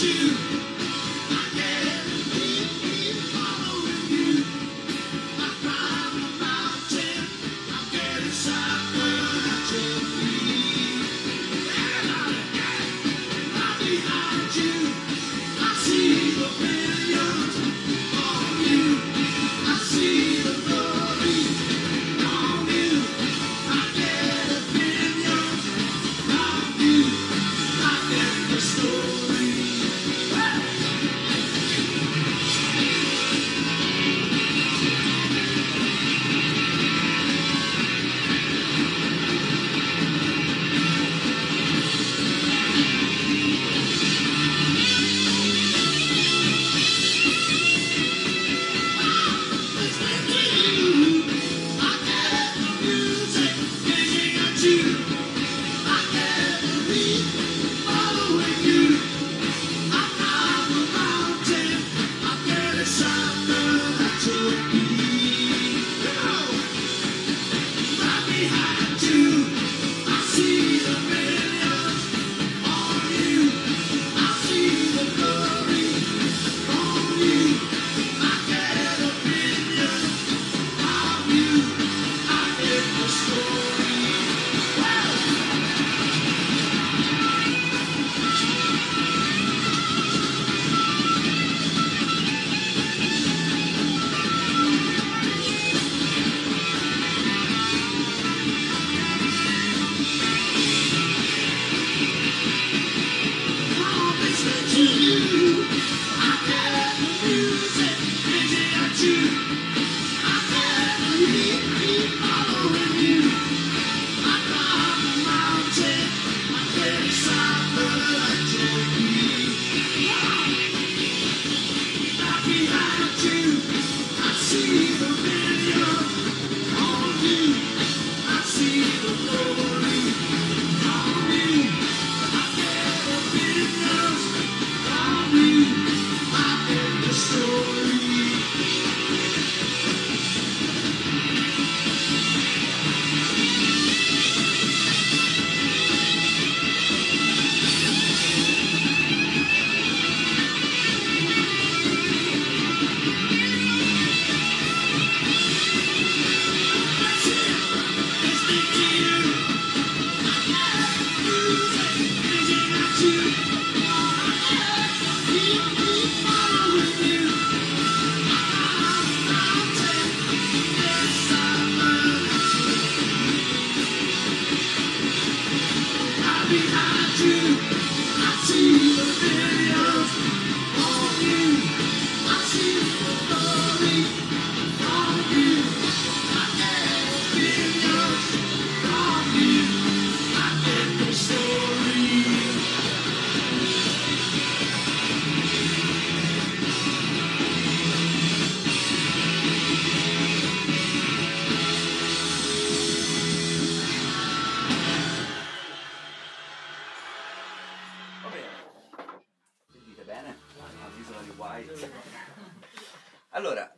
Allora,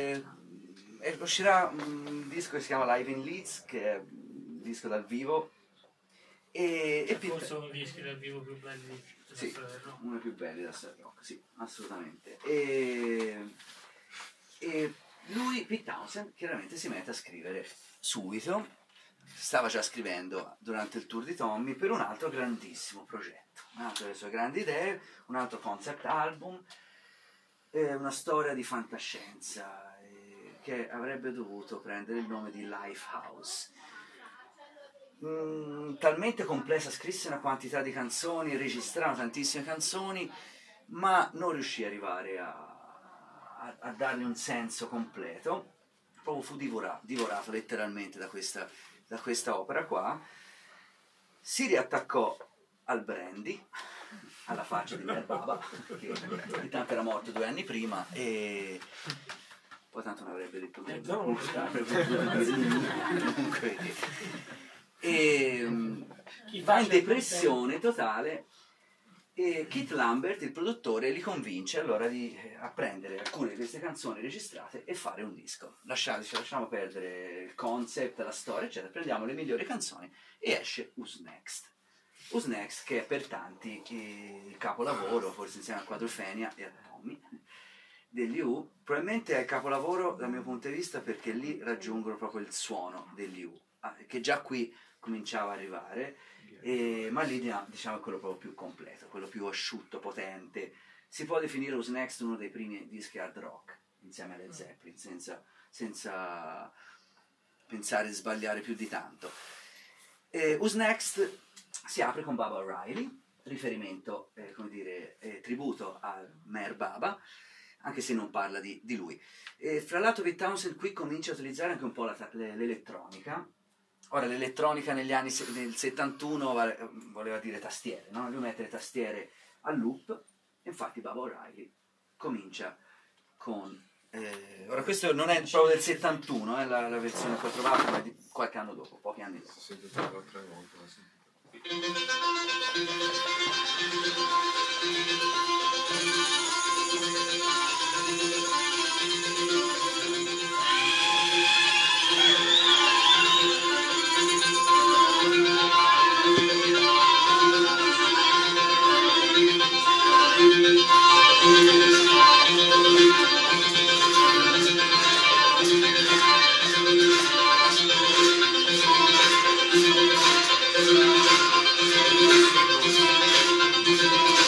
uscirà un disco che si chiama Live in Leeds, che è un disco dal vivo. E forse uno dei dischi dal vivo più belli della sì, storia del rock. uno dei più belli della storia del rock, sì, assolutamente. E lui, Pete Townshend, chiaramente si mette a scrivere subito. Stava già scrivendo durante il tour di Tommy per un altro grandissimo progetto, un'altra delle sue grandi idee, un altro concept album, una storia di fantascienza che avrebbe dovuto prendere il nome di Lifehouse. Talmente complessa, scrisse una quantità di canzoni, registrarono tantissime canzoni, ma non riuscì ad arrivare a dargli un senso completo. Proprio fu divorato letteralmente da questa opera qua. Si riattaccò al brandy, alla faccia di Mel Baba, che intanto era morto 2 anni prima, e poi tanto non avrebbe detto comunque, e va in depressione totale. E Keith Lambert, il produttore, li convince allora a prendere alcune di queste canzoni registrate e fare un disco. Lasciamo perdere il concept, la storia, eccetera, prendiamo le migliori canzoni e esce Who's Next. Who's Next, che è per tanti il capolavoro, forse insieme a Quadrophenia e a Tommy, degli Who. Probabilmente è il capolavoro dal mio punto di vista perché lì raggiungono proprio il suono degli Who, che già qui cominciava a arrivare, ma lì diciamo è quello proprio più completo, quello più asciutto, potente. Si può definire Who's Next uno dei primi dischi hard rock insieme a Led Zeppelin, senza pensare di sbagliare più di tanto. Who's Next si apre con Baba O'Reilly, riferimento, come dire, tributo a Meher Baba, anche se non parla di lui. Fra l'altro Pete Townshend qui comincia a utilizzare anche un po' l'elettronica. Ora, l'elettronica negli anni del 71 voleva dire tastiere, no? Lui mette le tastiere a loop, infatti Baba O'Reilly comincia con... ora questo non è proprio del 71, è la versione che ho trovato, ma di qualche anno dopo, pochi anni dopo. Ho sentito 2 o 3 volte, l'ho sentito. Thank you.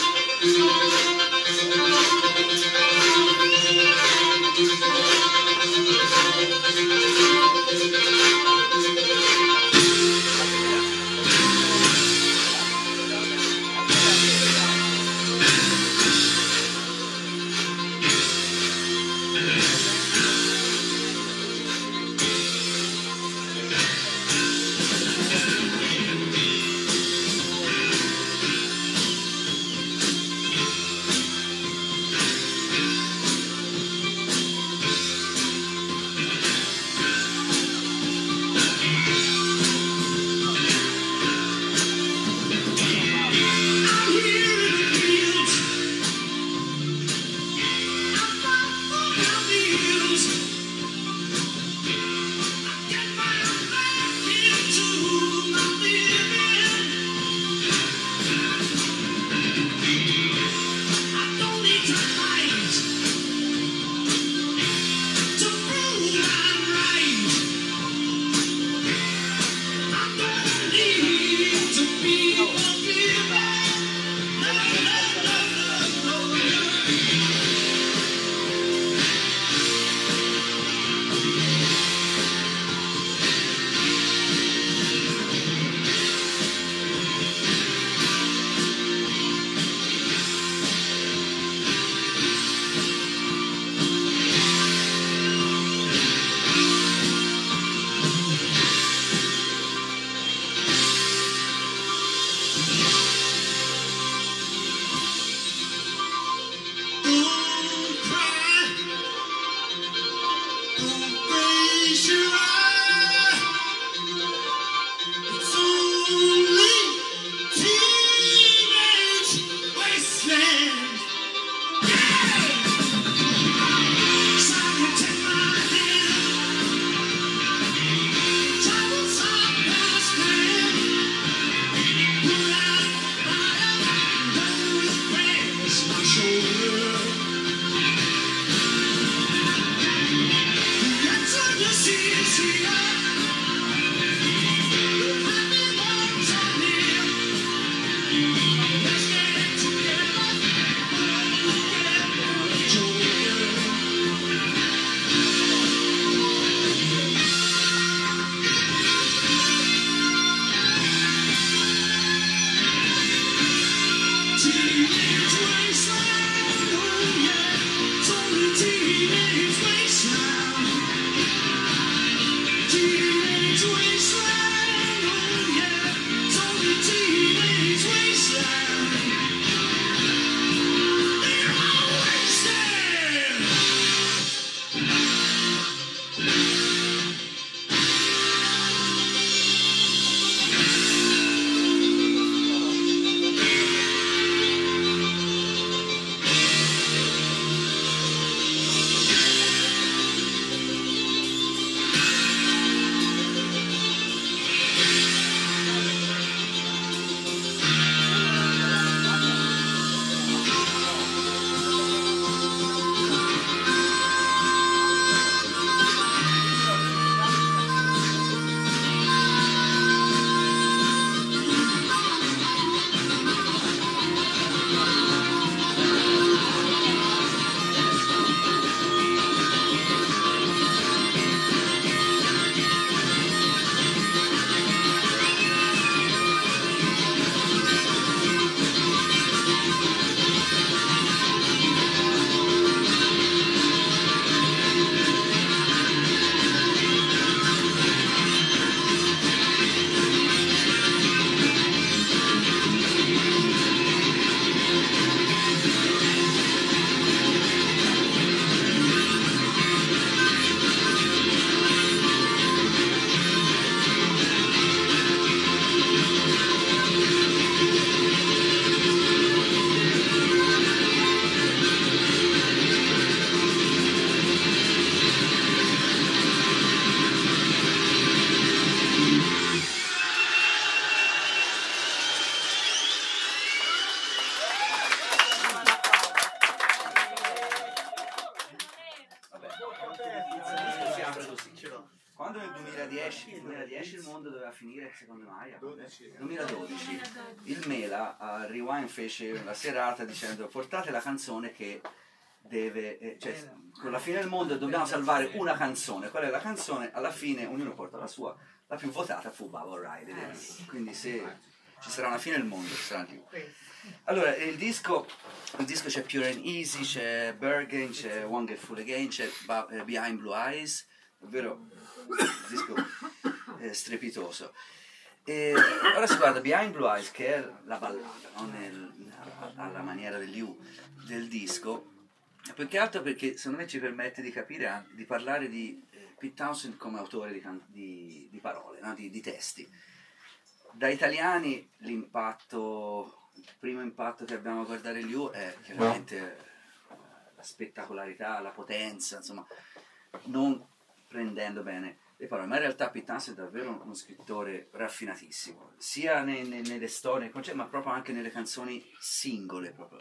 2010 il mondo doveva finire secondo me 2012. Il Mela a Rewind fece la serata dicendo portate la canzone che deve, cioè con la fine del mondo dobbiamo salvare una canzone. Qual è la canzone? Alla fine ognuno porta la sua, la più votata fu Baba O'Reilly, quindi se ci sarà una fine del mondo ci sarà anche. Allora il disco c'è Pure and Easy, c'è Bergen, c'è One Get Full Again, c'è Behind Blue Eyes, ovvero il disco strepitoso. E ora si guarda Behind Blue Eyes, che è la ballata, no? Alla maniera del disco, più che altro perché secondo me ci permette di capire, di parlare di Pete Townshend come autore di parole, no? di testi. Da italiani il primo impatto che abbiamo a guardare Liu è chiaramente la spettacolarità, la potenza, insomma, non prendendo bene le parole, ma in realtà Pete Townshend è davvero uno scrittore raffinatissimo, sia nelle storie, ma proprio anche nelle canzoni singole proprio.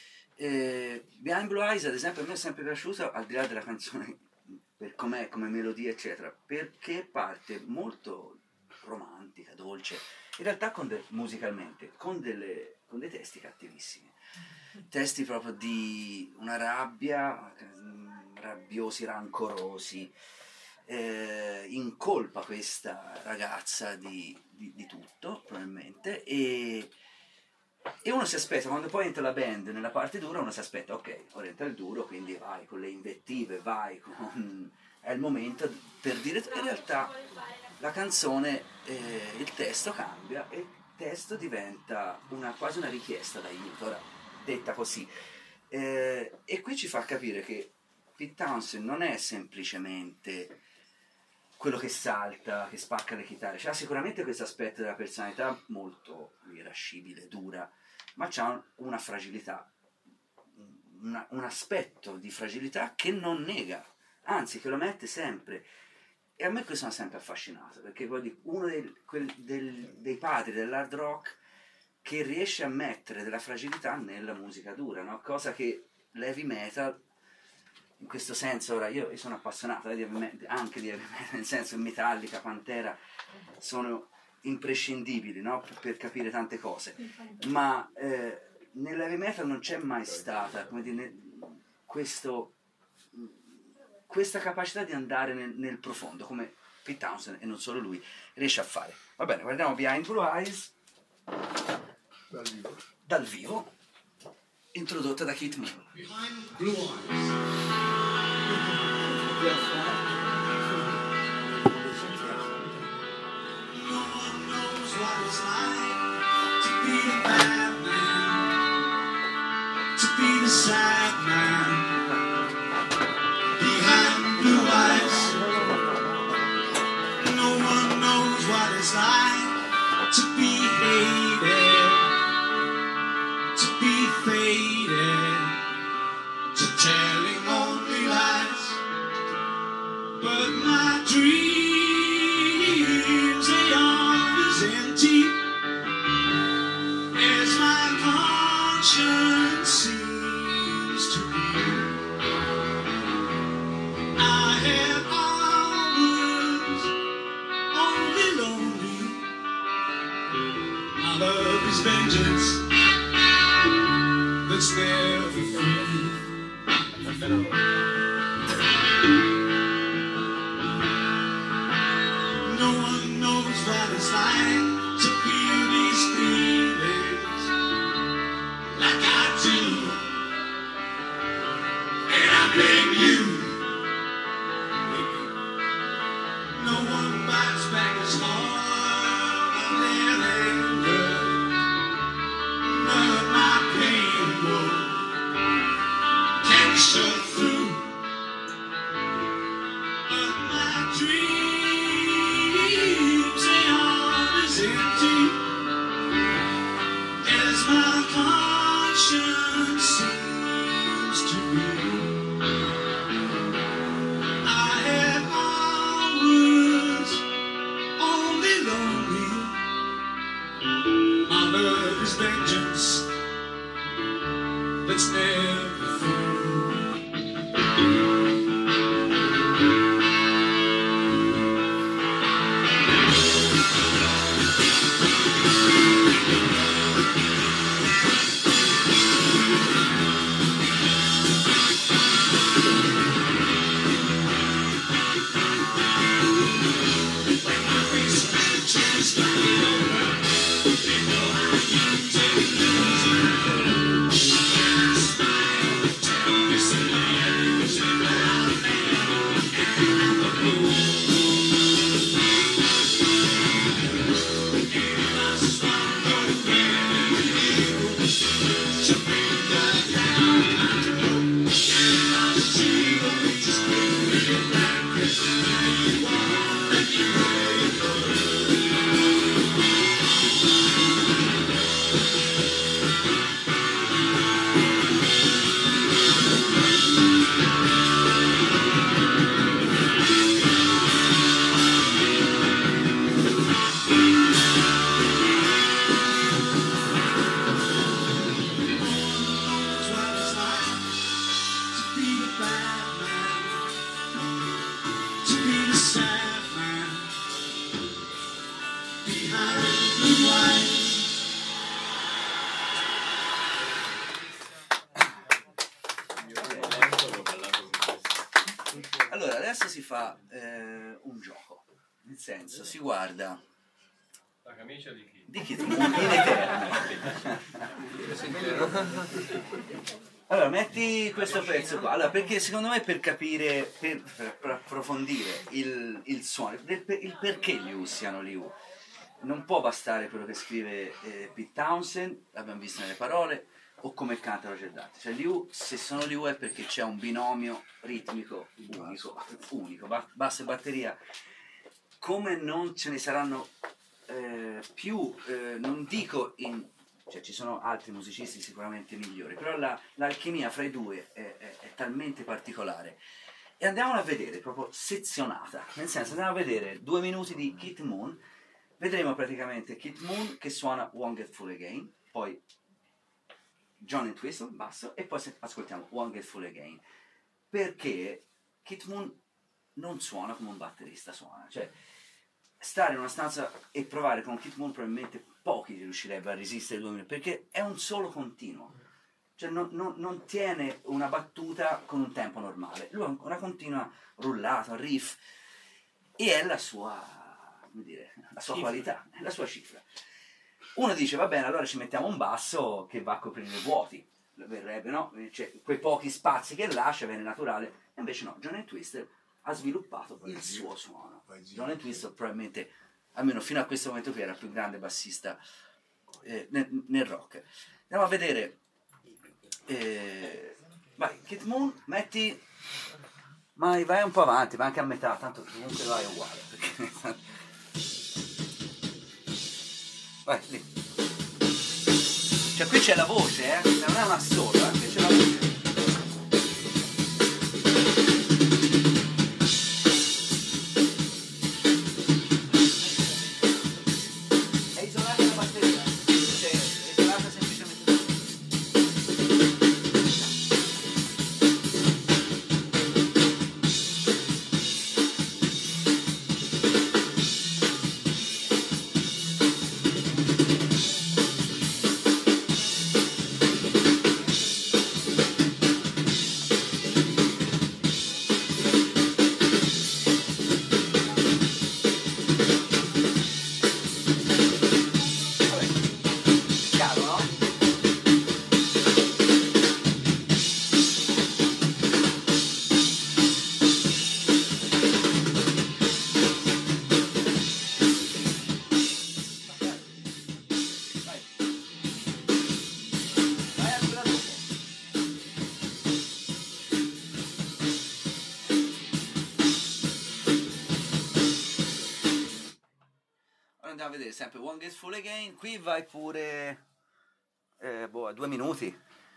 Behind Blue Eyes ad esempio a me è sempre piaciuta, al di là della canzone per com'è, come melodia eccetera, perché parte molto romantica, dolce, in realtà musicalmente con dei testi cattivissimi, testi proprio di una rabbia, rabbiosi, rancorosi, incolpa questa ragazza di tutto probabilmente, e uno si aspetta, quando poi entra la band nella parte dura, uno si aspetta, ok, ora entra il duro, quindi vai con le invettive, è il momento per dire. In realtà la canzone, il testo cambia e il testo diventa quasi una richiesta d'aiuto, ora detta così, e qui ci fa capire che Pete Townshend non è semplicemente quello che salta, che spacca le chitarre, c'ha sicuramente questo aspetto della personalità molto irascibile, dura, ma c'ha una fragilità, un aspetto di fragilità che non nega, anzi che lo mette sempre. E a me questo mi ha sempre affascinato, perché uno dei padri dell'hard rock che riesce a mettere della fragilità nella musica dura, no? Cosa che l'heavy metal, in questo senso, ora io sono appassionato anche di heavy metal, nel senso che Metallica, Pantera sono imprescindibili, no? per capire tante cose, ma nell'heavy metal non c'è mai stata, come dire, questa capacità di andare nel profondo, come Pete Townshend, e non solo lui, riesce a fare. Va bene, guardiamo Behind Blue Eyes dal vivo, introdotta da Keith Moon. Behind Blue No one knows what it's like to be the bad man, to be the sad man. Blue eyes. No one knows what it's like to be hated, to be faded, to telling only lies. But my dreams, they are as empty as my conscience seems to be. I have hours only lonely. My love is vengeance that's never free. No one knows what it's like to feel these feelings like I do, and I blame you. No one bites back as hard as their anger. None of my pain can show through. But my dreams, they are as empty as my conscience seems to be. I have hours only lonely. My love is vengeance that's never through. adesso si fa un gioco, nel senso si guarda La camicia di chi? di Kid Moon in eterno. Allora, metti questo pezzo qua. Allora, perché secondo me per capire, per approfondire il suono, il perché Liu siano Liu, non può bastare quello che scrive Pete Townshend, l'abbiamo visto nelle parole, o come canta Roger Daltrey. Cioè Liu, se sono Liu è perché c'è un binomio ritmico unico, basso e batteria. Come non ce ne saranno più, non dico cioè ci sono altri musicisti sicuramente migliori, però l'alchimia fra i due è talmente particolare. E andiamo a vedere proprio sezionata, nel senso andiamo a vedere 2 minuti di Kid Moon, vedremo praticamente Kid Moon che suona Won't Get Full Again, poi John Entwistle, basso, e poi ascoltiamo Won't Get Full Again, perché Kid Moon non suona come un batterista suona, cioè stare in una stanza e provare con Kid Moon probabilmente pochi riuscirebbero a resistere 2 minuti, perché è un solo continuo, cioè non tiene una battuta con un tempo normale, lui ha una continua rullata, riff, e è la sua, come dire, la sua qualità, è la sua cifra. Uno dice va bene, allora ci mettiamo un basso che va a coprire i vuoti, verrebbe, no? Cioè, quei pochi spazi che lascia, viene naturale, e invece no, John Entwistle ha sviluppato il suo suono. John Entwistle probabilmente, almeno fino a questo momento qui, era il più grande bassista nel rock. Andiamo a vedere vai, Kid Moon, metti, ma vai un po' avanti, ma anche a metà, tanto comunque vai uguale, perché vai lì, cioè qui c'è la voce, non è una sola, qui c'è la voce. Andiamo a vedere sempre Won't Get Full Again, qui vai pure a 2 minuti.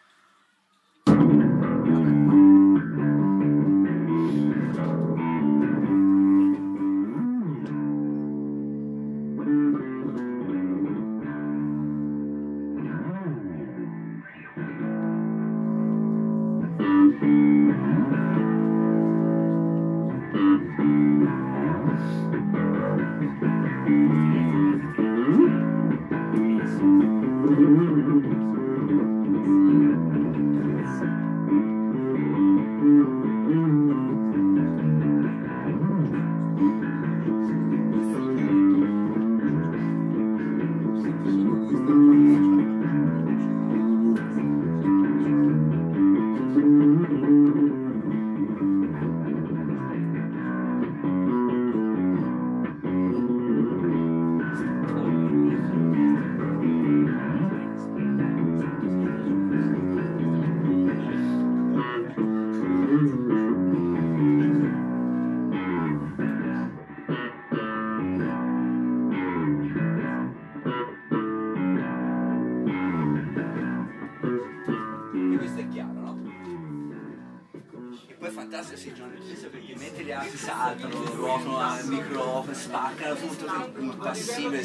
Perché mentre gli altri saltano, ruotano il microfono, spaccano tutto, impassibile.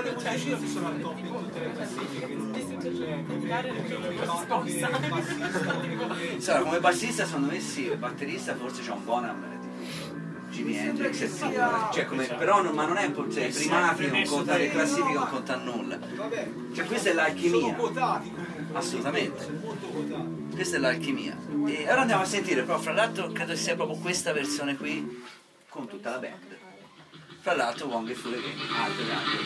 Come bassista secondo me sì, il batterista forse c'ha un buon Jimi Hendrix, cioè però ma non è cioè, primati, non conta le classifiche, non conta nulla. Cioè questa è l'alchimia. assolutamente. Questa è l'alchimia. E ora andiamo a sentire, però fra l'altro credo sia proprio questa versione qui con tutta la band. Fra l'altro Wong e Full Again, altro grande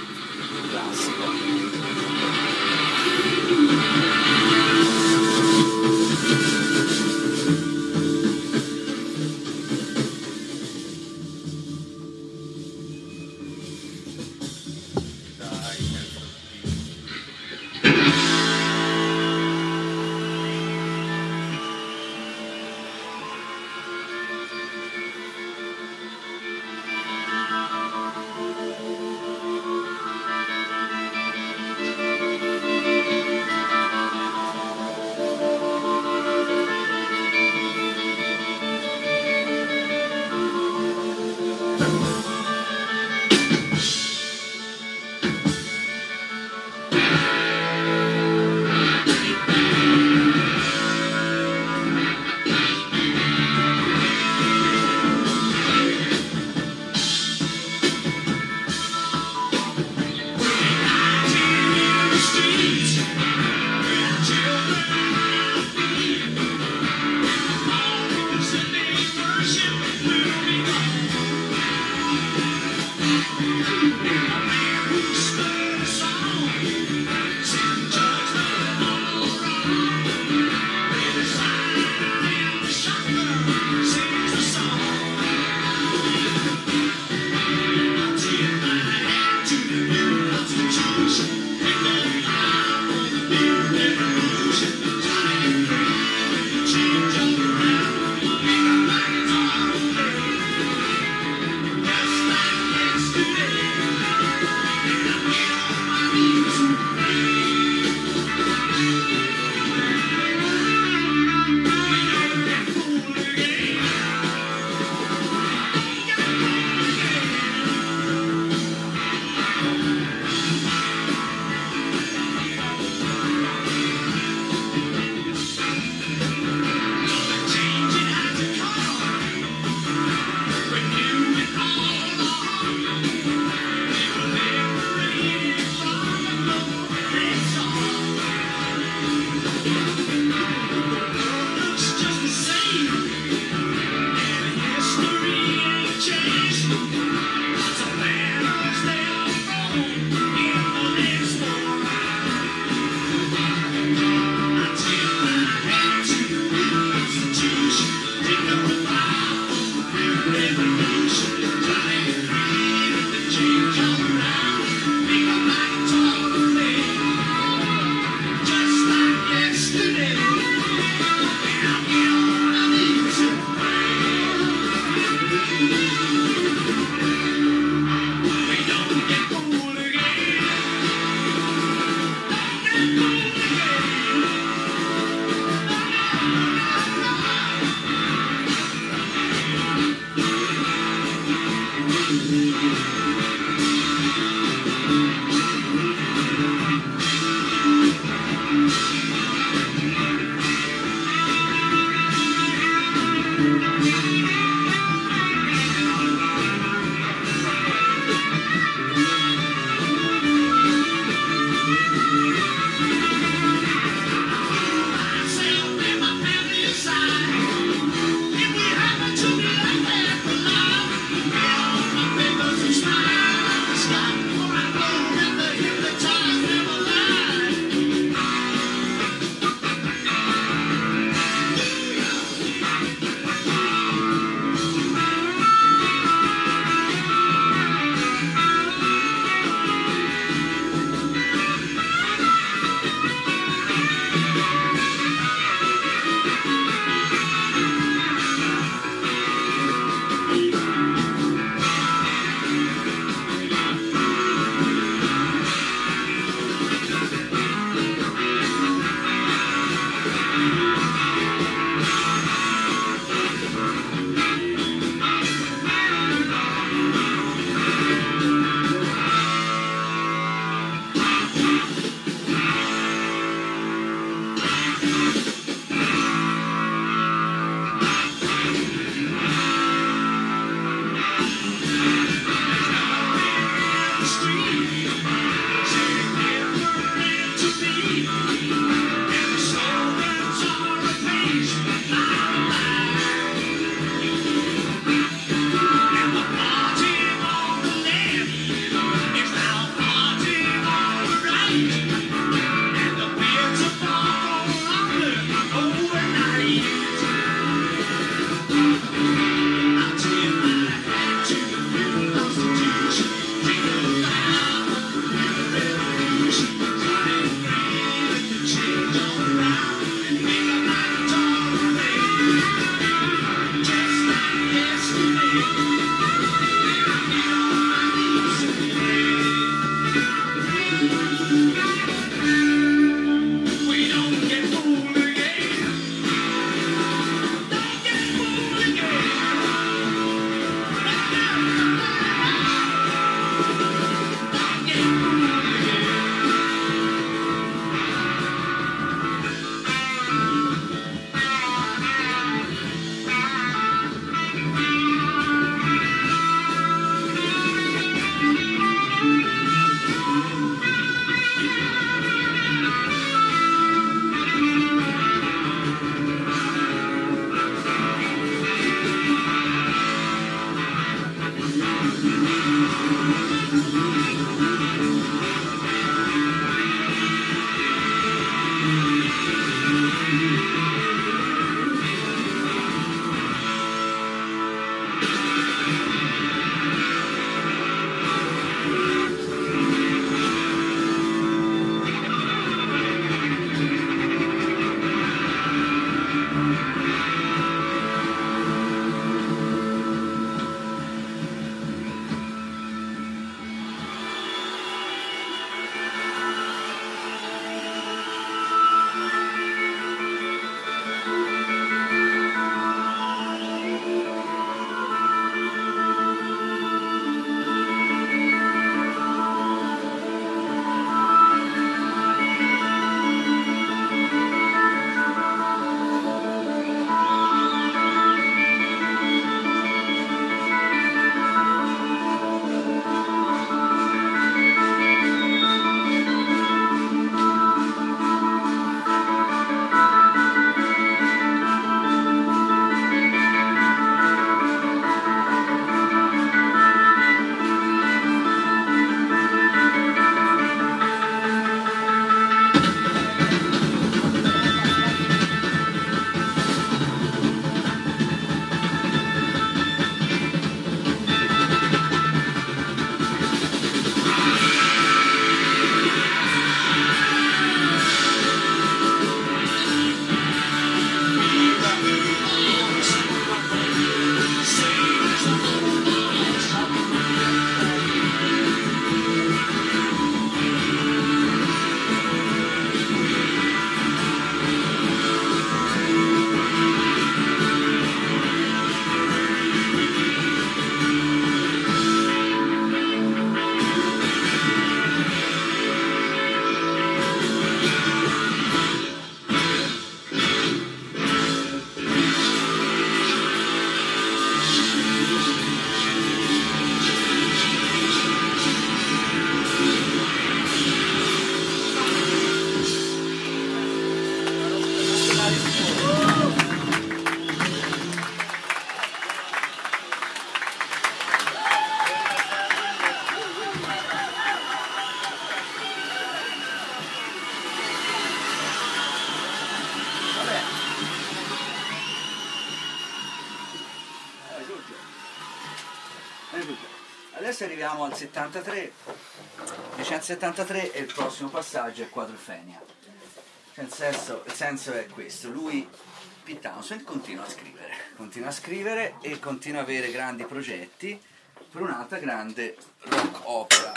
adesso arriviamo al 73, 1973 e il prossimo passaggio è Quadrophenia. Cioè, il senso è questo, lui, Pete Townshend, continua a scrivere e continua a avere grandi progetti per un'altra grande rock opera,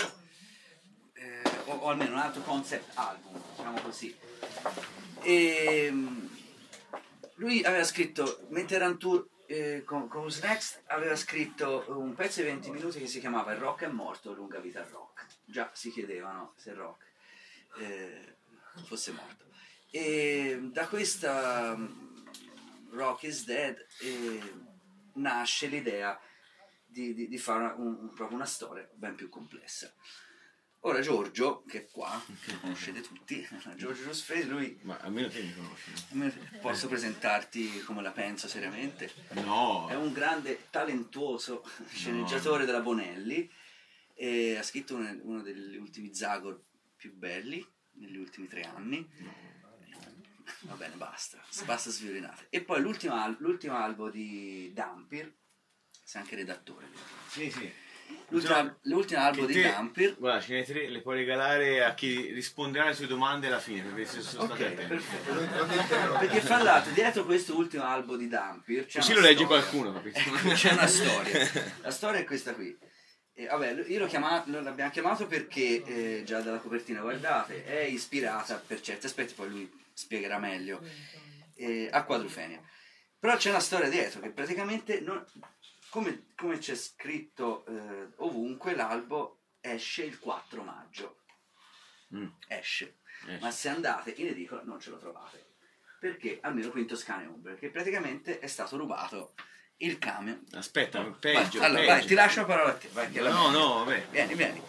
o almeno un altro concept album, diciamo così. E lui aveva scritto, mentre era in tour con Who's Next, aveva scritto un pezzo di 20 minuti che si chiamava Il rock è morto, lunga vita al rock. Già si chiedevano se il rock fosse morto. E da questa Rock is Dead nasce l'idea di fare proprio una storia ben più complessa. Ora Giorgio, che è qua, che conoscete tutti, Giorgio Giuffredi, lui... Ma almeno te mi conosci. Posso presentarti come la penso seriamente? No! È un grande, talentuoso sceneggiatore della Bonelli e ha scritto uno degli ultimi Zagor più belli negli ultimi 3 anni. Va bene, basta sviolinate. E poi l'ultimo albo di Dampir, sei anche redattore. Sì. L'ultimo albo di Dampir. Guarda, ce ne 3, le puoi regalare a chi risponderà alle sue domande alla fine, perché se sono state attenti. Perfetto. Perché fra l'altro dietro questo ultimo albo di Dampir così lo legge qualcuno, capito? C'è una storia. La storia è questa qui. Vabbè, io l'abbiamo chiamato perché già dalla copertina, guardate, è ispirata per certi aspetti, poi lui spiegherà meglio, a Quadrophenia. Però c'è una storia dietro che praticamente come c'è scritto ovunque, l'albo esce il 4 maggio. Esce. Ma se andate in edicola non ce lo trovate, perché almeno qui in Toscana e Umbria, perché praticamente è stato rubato il camion. Aspetta, peggio. Vai, ti lascio la parola a te. Vai, no, vabbè. Vieni.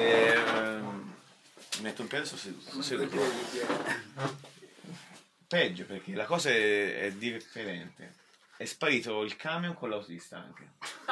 Mi metto in piedi, sono seduto. Peggio, perché la cosa è differente. È sparito il camion con l'autista anche.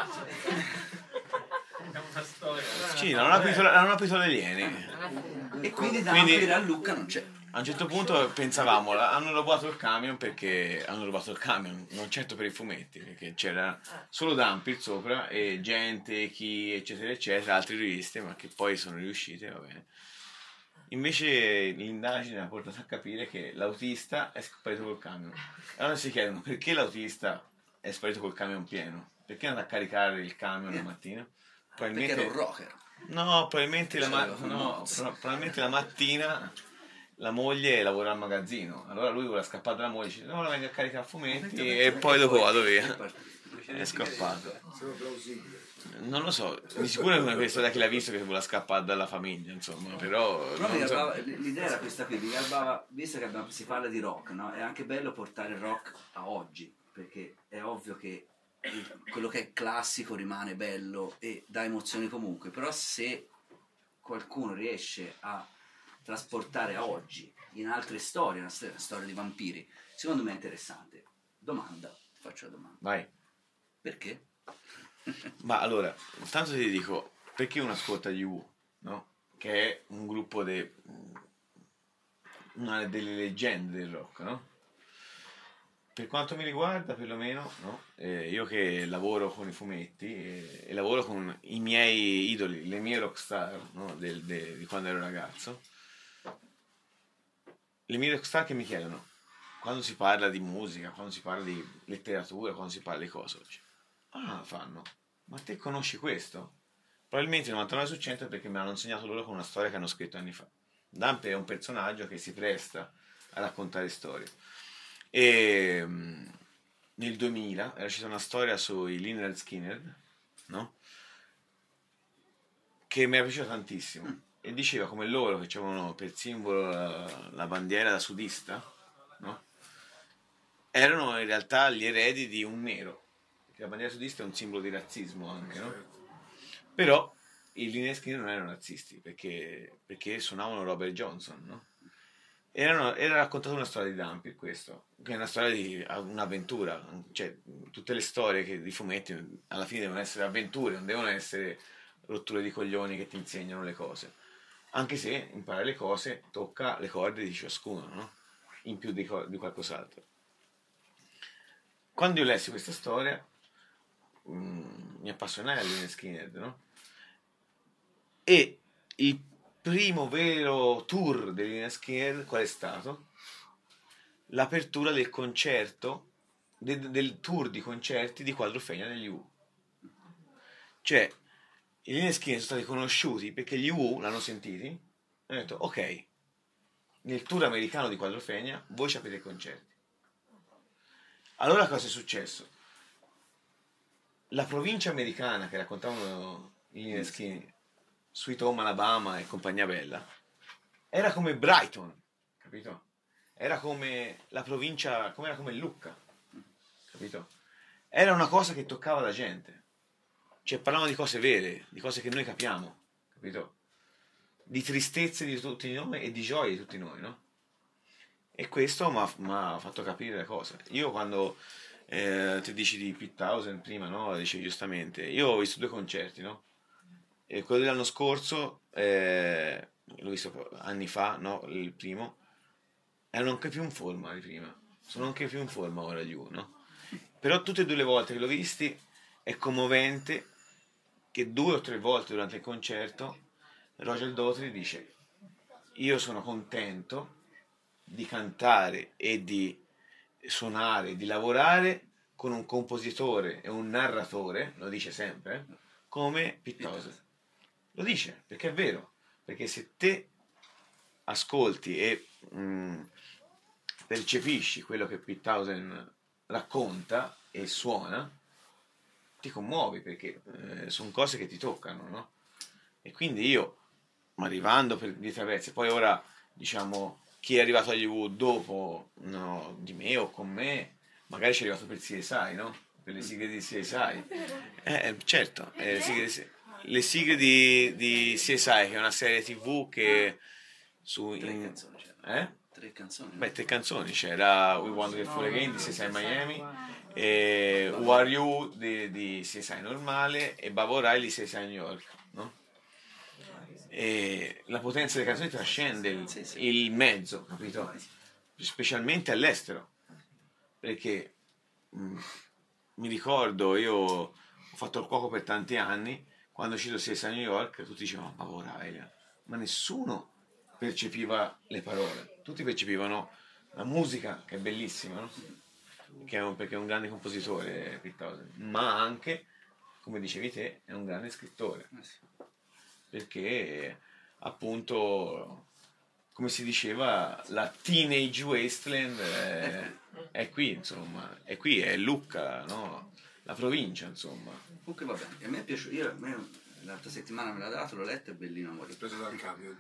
È una storia. Sì, l'hanno aprito le Iene. E quindi da aprire a Lucca non c'è. A un certo punto pensavamo, hanno rubato il camion perché hanno rubato il camion, non certo per i fumetti, perché c'era solo Dampir sopra e gente, chi eccetera eccetera, altri rivisti, ma che poi sono riuscite, va bene. Invece l'indagine ha portato a capire che l'autista è sparito col camion. Allora si chiedono perché l'autista è sparito col camion pieno, perché è andato a caricare il camion la mattina? Perché era un rocker. No, probabilmente la mattina la moglie lavora al magazzino, allora lui voleva scappare dalla moglie, dice no, la vengo a caricare a fumetti e poi dopo vado via. È scappato. Non lo so, di sicuro è una persona che l'ha visto che voleva scappare dalla famiglia, insomma, però l'idea era questa qui, mi garbava, visto che si parla di rock, no? È anche bello portare il rock a oggi, perché è ovvio che quello che è classico rimane bello e dà emozioni comunque, però se qualcuno riesce a trasportare a oggi in altre storie, una storia di vampiri, secondo me è interessante. Faccio la domanda. Vai. Perché? Ma allora, intanto ti dico, perché uno ascolta gli Who, no? Che è un gruppo una delle leggende del rock, no? Per quanto mi riguarda, perlomeno, no? Io che lavoro con i fumetti e lavoro con i miei idoli, le mie rockstar, no? Di quando ero ragazzo, le mie rockstar che mi chiedono, quando si parla di musica, quando si parla di letteratura, quando si parla di cose oggi, fanno, ma te conosci questo? Probabilmente il 99 su 100 è perché me l'hanno insegnato loro con una storia che hanno scritto anni fa. Dante è un personaggio che si presta a raccontare storie. E nel 2000 era uscita una storia sui Lynyrd Skynyrd, no? Che mi era piaciuta tantissimo e diceva come loro che avevano per simbolo la bandiera da sudista, no? Erano in realtà gli eredi di un nero, perché la bandiera sudista è un simbolo di razzismo anche, no? Però i Lynyrd Skynyrd non erano razzisti perché suonavano Robert Johnson, no? Era raccontata una storia di Dampir, questo, che è una storia di un'avventura, cioè tutte le storie di fumetti alla fine devono essere avventure, non devono essere rotture di coglioni che ti insegnano le cose, anche se imparare le cose tocca le corde di ciascuno, no? In più di qualcos'altro. Quando io lessi questa storia mi appassionai a Lynyrd Skynyrd, no? E il primo vero tour degli Lynyrd Skynyrd qual è stato? L'apertura del concerto, del tour di concerti di Quadrophenia negli U. Cioè, i Lynyrd Skynyrd sono stati conosciuti perché gli U l'hanno sentiti e hanno detto, ok, nel tour americano di Quadrophenia voi ci aprite i concerti. Allora cosa è successo? La provincia americana che raccontavano i Lynyrd Skynyrd, Sweet Home Alabama e compagnia bella, era come Brighton, capito? Era come la provincia, come era come Lucca, capito? Era una cosa che toccava la gente. Cioè parlavano di cose vere, di cose che noi capiamo, capito? Di tristezze di tutti noi e di gioie di tutti noi, no? E questo mi ha fatto capire le cose. Io quando ti dici di Pete Townshend prima, no? Dicevi giustamente, io ho visto 2 concerti, no? E quello dell'anno scorso, l'ho visto anni fa, no? Il primo, erano anche più in forma di prima, sono anche più in forma ora gli U, no? Però tutte e 2 le volte che l'ho visti è commovente che 2 o 3 volte durante il concerto Roger Daltrey dice io sono contento di cantare e di suonare, di lavorare con un compositore e un narratore, lo dice sempre, come Pete Townshend. Lo dice, perché è vero, perché se te ascolti e percepisci quello che Pete Townshend racconta e suona, ti commuovi perché sono cose che ti toccano, no? E quindi io, arrivando per di traverse, poi ora diciamo chi è arrivato agli U dopo, no, di me o con me, magari ci è arrivato per CSI, no? Per le sigle di CSI. Certo, le sigle di CSI, che è una serie TV che su... 3 canzoni c'era. 3 canzoni. Beh, 3 canzoni, c'era We Want to Get Full Again di CSI Miami, e Who Are You di CSI normale e Babo Rai di CSI New York, no? E la potenza delle canzoni trascende il mezzo, capito? Specialmente all'estero, perché mi ricordo, io ho fatto il cuoco per tanti anni, quando è uscito CSI New York tutti dicevano Babo Rai, ma nessuno percepiva le parole, tutti percepivano la musica, che è bellissima, no? Perché è un grande compositore Pete Townshend, ma anche, come dicevi te, è un grande scrittore, perché appunto, come si diceva, la Teenage Wasteland è qui, insomma, è qui, è Lucca, no? La provincia, insomma. Comunque va bene, a me è piaciuto, l'altra settimana me l'ha dato, l'ho letto, è bellino a morire. Preso dal cambio.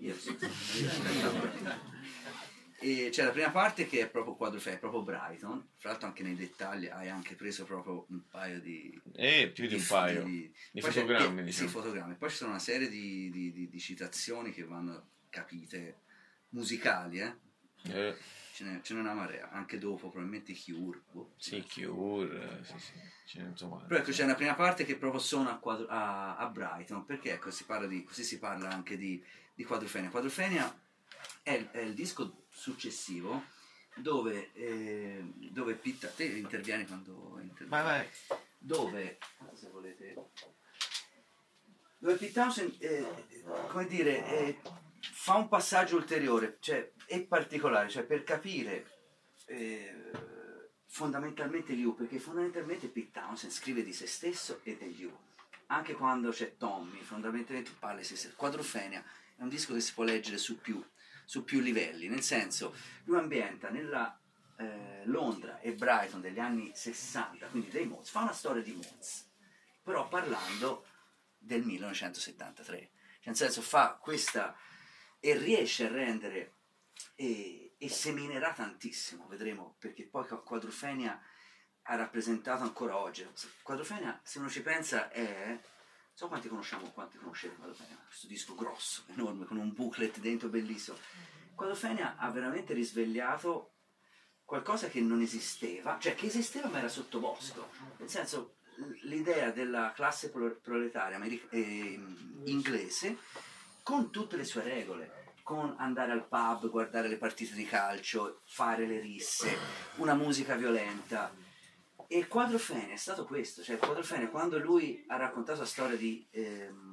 E c'è la prima parte che è proprio Quadrophenia, è proprio Brighton, fra l'altro anche nei dettagli hai anche preso proprio un paio di... più di un paio di fotogrammi, diciamo. Sì, fotogrammi. Poi ci sono una serie di citazioni che vanno capite, musicali, ce n'è una marea, anche dopo, probabilmente Cure. Sì, Cure, sì. Insomma. Però ecco, c'è una prima parte che proprio suona a Brighton, perché ecco, così si parla anche di Quadrophenia. Quadrophenia è il disco successivo dove Pete, te intervieni quando intervieni. Vai. Dove, se volete, dove Pete Townshend, come dire, fa un passaggio ulteriore, cioè è particolare, cioè per capire fondamentalmente gli U, perché fondamentalmente Pete Townshend scrive di se stesso e degli U, anche quando c'è Tommy, fondamentalmente parla di se stesso. Quadrophenia è un disco che si può leggere su più livelli, nel senso, lui ambienta nella Londra e Brighton degli anni 60, quindi dei Mods, fa una storia di Mods, però parlando del 1973, cioè nel senso fa questa e riesce a rendere e seminerà tantissimo, vedremo, perché poi Quadrophenia ha rappresentato ancora oggi. Quadrophenia, se uno ci pensa, è... non so quanti conoscete Quadrophenia, questo disco grosso, enorme, con un booklet dentro bellissimo. Quadrophenia ha veramente risvegliato qualcosa che non esisteva, cioè che esisteva ma era sottobosco, nel senso l'idea della classe proletaria inglese con tutte le sue regole, con andare al pub, guardare le partite di calcio, fare le risse, una musica violenta. E Quadrophenia è stato questo, cioè Quadrophenia, quando lui ha raccontato la storia di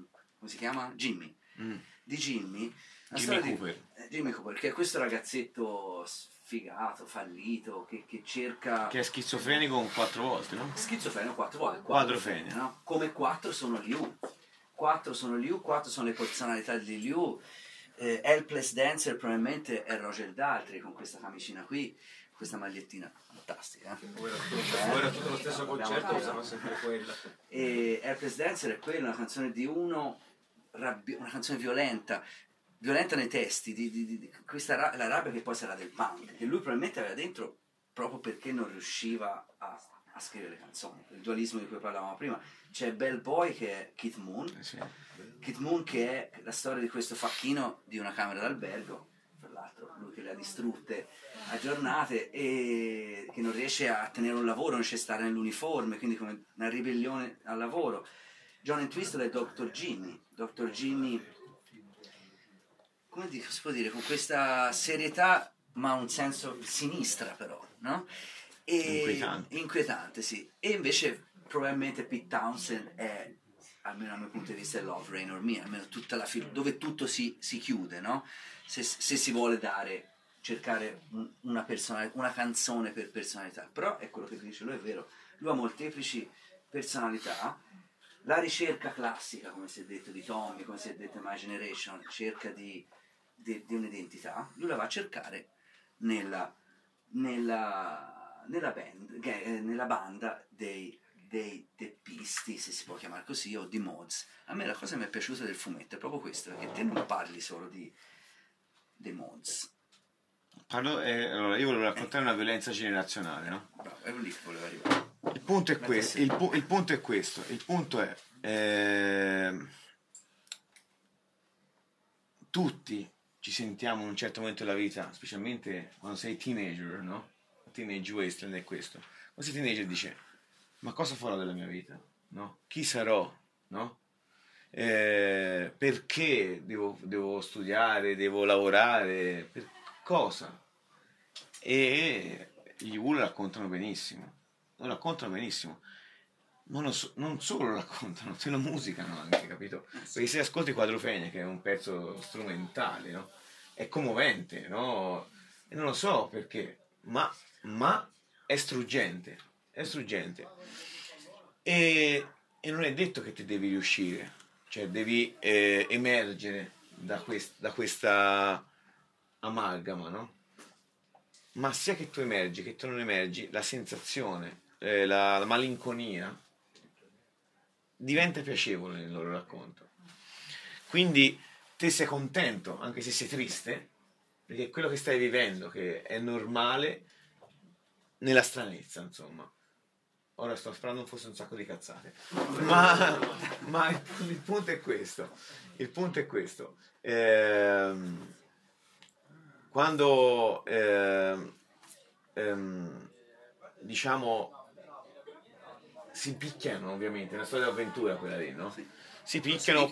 come si chiama? Jimmy. Di Jimmy. La Jimmy storia Cooper. Jimmy Cooper, che è questo ragazzetto sfigato, fallito, che cerca... Che è schizofrenico 4 volte, no? Schizofrenico 4 volte. Quadrofenia. No? Come 4 sono Liu. 4 sono Liu, 4 sono le personalità di Liu. Helpless Dancer probabilmente è Roger Daltrey con questa camicina qui, questa magliettina fantastica. Ora tutto lo stesso concerto usano sempre quella. E Helpless Dancer è quella, una canzone di uno, una canzone violenta nei testi, di questa la rabbia che poi sarà del punk, che lui probabilmente aveva dentro proprio perché non riusciva a scrivere le canzoni, il dualismo di cui parlavamo prima. C'è Bell Boy che è Keith Moon, Keith Moon che è la storia di questo facchino di una camera d'albergo, tra l'altro lui che le ha distrutte a giornate e che non riesce a tenere un lavoro, non riesce a stare nell'uniforme, quindi come una ribellione al lavoro. John Entwistle è Dr. Jimmy, come si può dire, con questa serietà ma un senso sinistra però, no? Inquietante, sì. E invece probabilmente Pete Townshend è, almeno dal mio punto di vista, è Love, Rain or Me, almeno tutta la dove tutto si chiude, no? Se si vuole cercare una canzone per personalità. Però è quello che dice lui, è vero, lui ha molteplici personalità. La ricerca classica, come si è detto, di Tommy, come si è detto My Generation, cerca di un'identità, lui la va a cercare nella banda dei teppisti, se si può chiamare così, o di Mods. A me la cosa che mi è piaciuta del fumetto è proprio questo, che te non parli solo dei Mods. Allora, io volevo raccontare una violenza generazionale, no? Bravo, è lì che volevo arrivare. Il punto è questo, il punto è tutti ci sentiamo in un certo momento della vita, specialmente quando sei teenager, no? Teenage Wasteland è questo. Quando sei teenager dice, ma cosa farò della mia vita? No? Chi sarò? No? Perché devo studiare, devo lavorare? Per cosa? E gli Who lo raccontano benissimo. Ma non solo lo raccontano, te lo musicano anche, capito? Perché se ascolti Quadrofenia, che è un pezzo strumentale, no? È commovente, no? E non lo so perché, ma è struggente. E non è detto che ti devi riuscire, cioè devi emergere da questa amalgama, no? Ma sia che tu emergi che tu non emergi, la sensazione, la malinconia diventa piacevole nel loro racconto. Quindi te sei contento, anche se sei triste, perché quello che stai vivendo, che è normale, nella stranezza, insomma. Ora sto sparando forse un sacco di cazzate. Ma il punto è questo. Quando diciamo si picchiano, ovviamente, è una storia d'avventura quella lì, no? Si picchiano,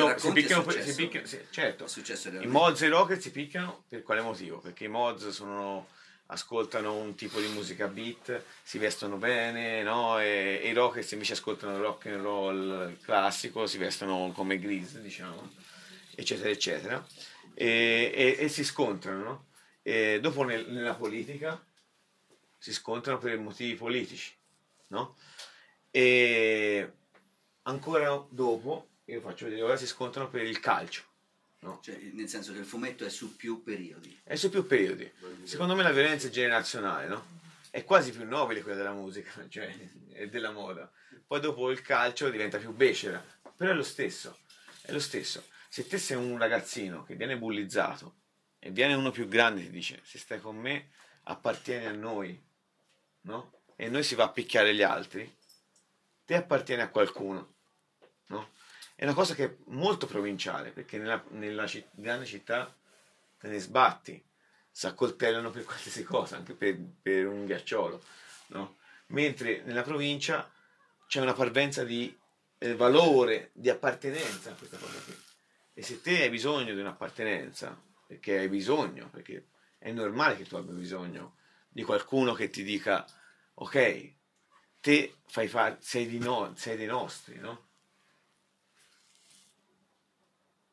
certo. I Mods e i Rockers si picchiano per quale motivo? Perché i Mods ascoltano un tipo di musica beat, si vestono bene, no? E i Rockers invece ascoltano rock and roll classico, si vestono come Grease, diciamo, eccetera, eccetera. E si scontrano, no? E dopo nella politica si scontrano per motivi politici, no? E ancora dopo, io faccio vedere, ora si scontrano per il calcio, no? Cioè, nel senso che il fumetto è su più periodi. È su più periodi. Secondo me la violenza è generazionale, no? È quasi più nobile quella della musica, cioè è della moda. Poi dopo il calcio diventa più becera, però è lo stesso. Se te sei un ragazzino che viene bullizzato e viene uno più grande e ti dice, se stai con me appartieni a noi, no? E noi si va a picchiare gli altri, te appartieni a qualcuno, no? È una cosa che è molto provinciale, perché nella grande città te ne sbatti, si accoltellano per qualsiasi cosa, anche per un ghiacciolo, no? Mentre nella provincia c'è una parvenza di valore, di appartenenza a questa cosa qui. E se te hai bisogno di un'appartenenza, perché è normale che tu abbia bisogno di qualcuno che ti dica, ok, te sei dei nostri, no?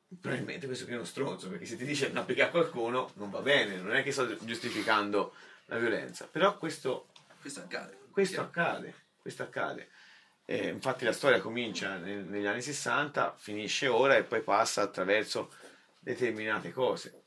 probabilmente questo qui è uno stronzo, perché se ti dice non applicare a qualcuno non va bene, non è che sto giustificando la violenza, però questo accade. Infatti la storia comincia negli anni 60, finisce ora e poi passa attraverso determinate cose.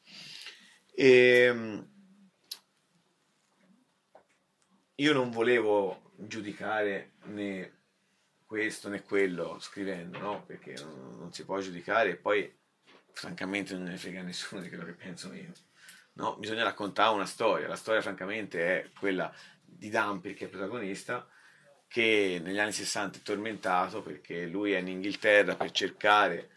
Io non volevo giudicare né questo né quello scrivendo, no? Perché non si può giudicare, e poi francamente non ne frega nessuno di quello che penso io. No, bisogna raccontare una storia. La storia francamente è quella di Dampir, che è il protagonista, che negli anni 60 è tormentato perché lui è in Inghilterra per cercare,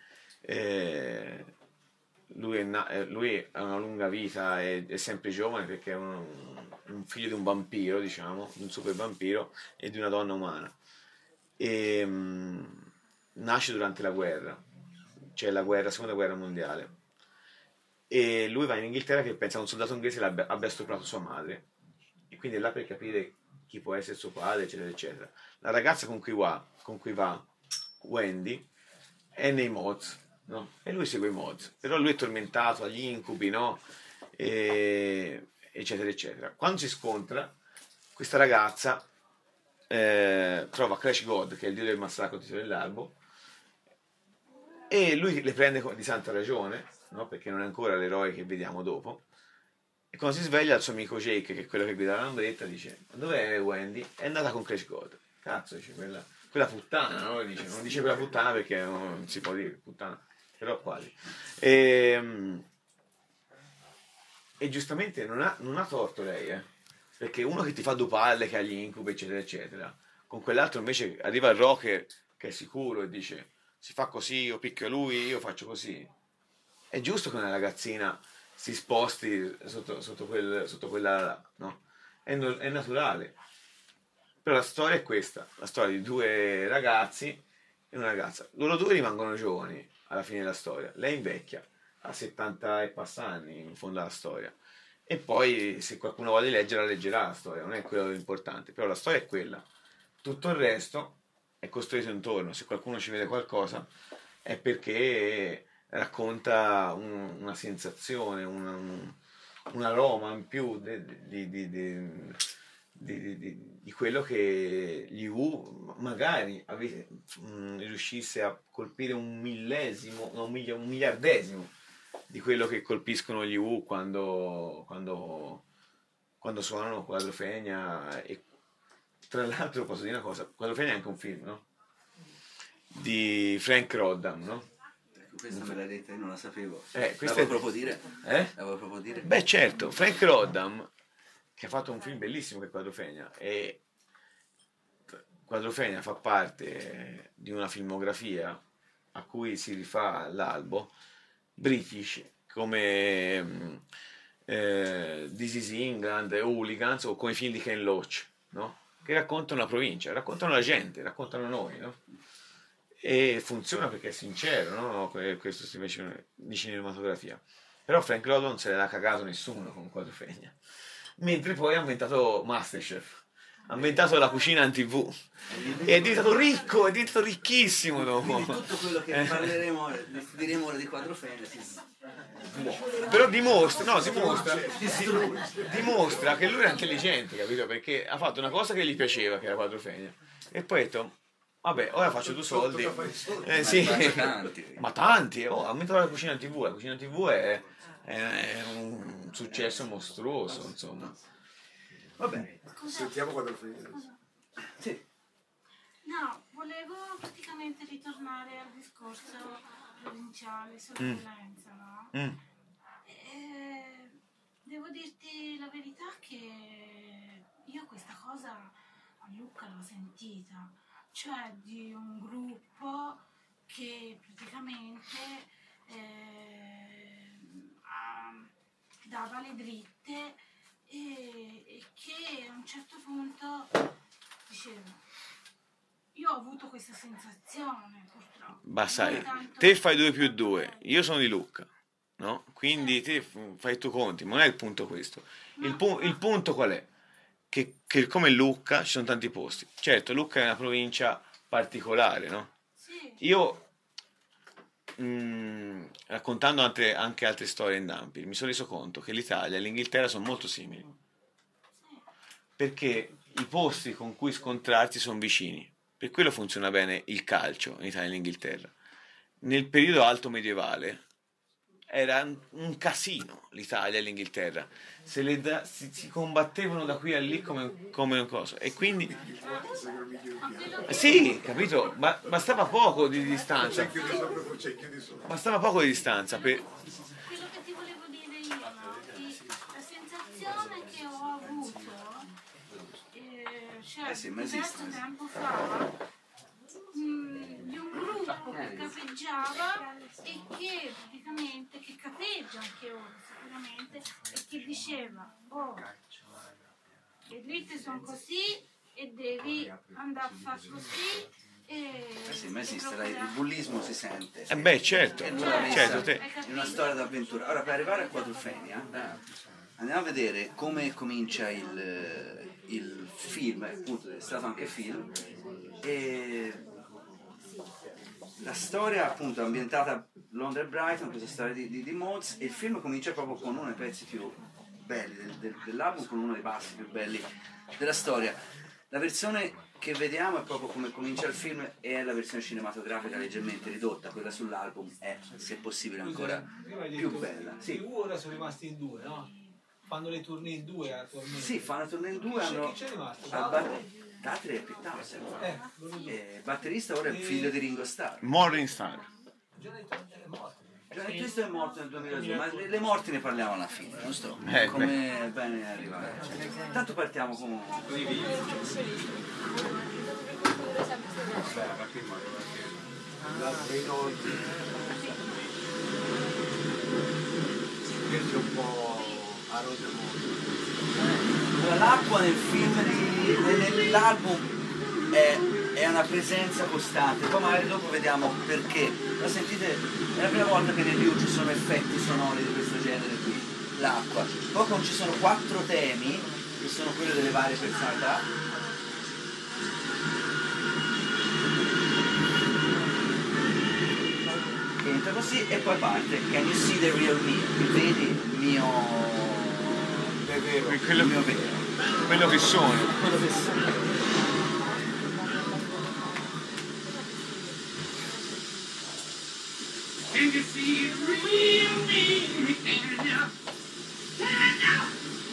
lui ha una lunga vita, è sempre giovane perché è un figlio di un vampiro, diciamo, di un super vampiro e di una donna umana, e nasce durante la guerra, cioè la seconda guerra mondiale, e lui va in Inghilterra che pensa che un soldato inglese abbia stuprato sua madre, e quindi è là per capire chi può essere suo padre, eccetera eccetera. La ragazza con cui va Wendy è nei Mods, no? E lui segue i Mods, però lui è tormentato dagli incubi, no? Eccetera eccetera. Quando si scontra, questa ragazza trova Crash God, che è il dio del massacro titolo dell'albo, e lui le prende di santa ragione, no? Perché non è ancora l'eroe che vediamo dopo. E quando si sveglia, il suo amico Jake, che è quello che guida la lambretta, dice: dov'è Wendy? È andata con Crash God. Cazzo, dice, quella puttana, no? Dice, non dice quella puttana perché non si può dire puttana, però quasi. E giustamente non ha torto lei, perché uno che ti fa due palle, che ha gli incubi, eccetera eccetera, con quell'altro invece arriva il rocker che è sicuro e dice: si fa così, io picchio lui, io faccio così. È giusto che una ragazzina si sposti sotto quella, no? È naturale. Però la storia è questa, la storia di due ragazzi e una ragazza. Loro due rimangono giovani alla fine della storia. Lei invecchia, ha 70 e passa anni in fondo alla storia. E poi se qualcuno vuole leggerla, leggerà la storia, non è quello l'importante. Però la storia è quella. Tutto il resto è costruito intorno. Se qualcuno ci vede qualcosa è perché racconta una sensazione, un aroma in più di quello che gli Who magari riuscisse a colpire un millesimo, no, un miliardesimo di quello che colpiscono gli Who quando suonano Quadrofenia. E tra l'altro posso dire una cosa, Quadrofenia è anche un film, no? Di Frank Roddam, no? Questa me l'ha detta, io non la sapevo. Questa L'avevo proprio dire? L'avevo proprio dire? Beh, certo, Frank Roddam, che ha fatto un film bellissimo che è Quadrofenia, e Quadrofenia fa parte di una filmografia a cui si rifà l'albo British, come This is England, Hooligans, o come i film di Ken Loach, no? Che raccontano la provincia, raccontano la gente, raccontano noi, no? E funziona perché è sincero, no? Questo si invece di cinematografia. Però Frank Roddam non se l'era cagato nessuno con Quadrofenia, mentre poi ha inventato Masterchef, ha inventato la cucina in TV e è diventato ricco, è diventato ricchissimo dopo. Quindi tutto quello che parleremo, diremo ora di Quadrofenia però dimostra che lui era intelligente, capito? Perché ha fatto una cosa che gli piaceva, che era Quadrofenia, e poi ha detto: vabbè, ora faccio due soldi. Sì. Ma tanti, ha aumentato la cucina in TV. La cucina in TV è un successo mostruoso, insomma. Vabbè, Sentiamo Quadrofenia. sì. No, volevo praticamente ritornare al discorso provinciale sulla violenza, no? Devo dirti la verità che io questa cosa a Lucca l'ho sentita, cioè di un gruppo che praticamente dava le dritte e che a un certo punto diceva: io ho avuto questa sensazione, purtroppo. Ma sai, Tanto... te fai 2 più 2, io sono di Lucca, no? Quindi te fai i tuoi conti, ma non è il punto questo. Il punto qual è? Che come Lucca ci sono tanti posti. Certo, Lucca è una provincia particolare, no? Sì. Io raccontando anche altre storie in Dampir, mi sono reso conto che l'Italia e l'Inghilterra sono molto simili, perché i posti con cui scontrarsi sono vicini. Per quello funziona bene il calcio in Italia e in Inghilterra. Nel periodo alto medievale era un casino l'Italia e l'Inghilterra, si combattevano da qui a lì come una cosa, e quindi sì, capito, ma bastava poco di distanza, bastava poco di distanza per... Quello che ti volevo dire io, no? La sensazione che ho avuto, cioè sì, ma diverso tempo fa, di un gruppo che capeggiava e che praticamente, che capeggia anche ora sicuramente, e che diceva, oh, le dritte sono così e devi andare a fare così. Sì, ma esiste, il bullismo si sente. beh, certo, E lui l'ha messa certo, te. in una storia d'avventura. Ora, per arrivare a Quadrofenia, andiamo a vedere come comincia il film, appunto è stato anche film, e la storia appunto è ambientata Londra e Brighton, questa storia di Mods, e il film comincia proprio con uno dei pezzi più belli dell'album, con uno dei passi più belli della storia. La versione che vediamo è proprio come comincia il film, e è la versione cinematografica leggermente ridotta, quella sull'album è, se possibile, ancora Prima hai più detto bella. che Sì. ora sono rimasti in due, no? Fanno le tournée in due attualmente. Sì, fanno tournée in due, Chi c'è rimasto? Datri e Pete Townshend. Volevo dire. Il batterista ora è il figlio di Ringo Starr. Morning Star. John è morto. John Entwistle è morto nel 2002, ma le morti ne parliamo alla fine, non sto? Beh. Come è bene arrivare. Tanto partiamo con i vivi. Perché un po' a Allora, l'acqua nel film, nell'album è una presenza costante, poi magari dopo vediamo perché. Lo sentite, è la prima volta che nel video ci sono effetti sonori di questo genere qui, l'acqua. Poi ci sono 4 temi, che sono quelli delle varie personalità. Che entra così e poi parte. Can you see the real me? Vedi il mio vero. Quello che sono. Quello che sono. Can you see the real me? Can you? Can you?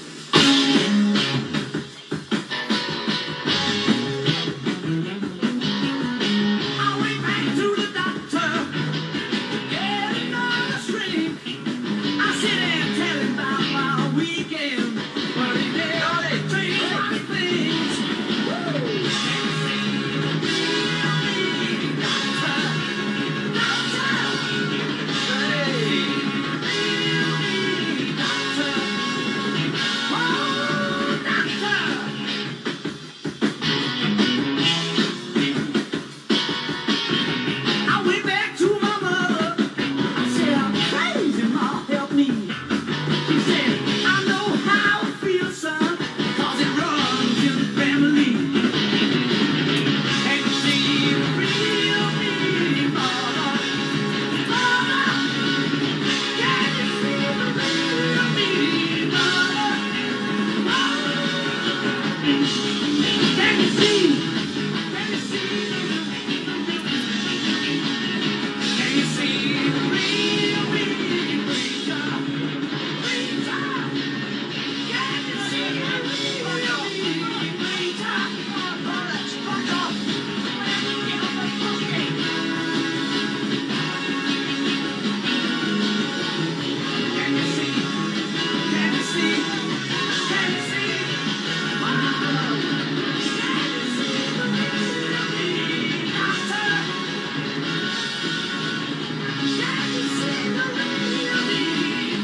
I went back to the doctor, get another string. I sit and tell him about my weekend, but he did all they change my things. Can you see the real me, doctor? I went back to my mother. I said, I'm crazy, Ma, help me. She said, I know how it feels, son, 'cause it runs in the family. Can you see the real me, Mama? Mama, can you see the real me, Mama? Mama, can you see? Can you see? Can you see the real me, preacher? Preacher, can you see the real me, preacher? Fuck off. Give up the cookie. Can you see? Can you see? Can you see? Wow. Can you see the real me, doctor? Can you see the real me,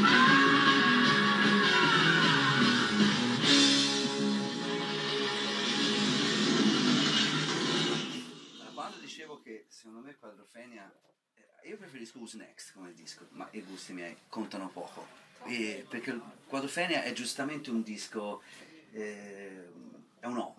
Quando dicevo che secondo me Quadrofenia, io preferisco Who's Next come disco, ma i gusti miei contano poco, perché Quadrofenia è giustamente un disco, è un'opera,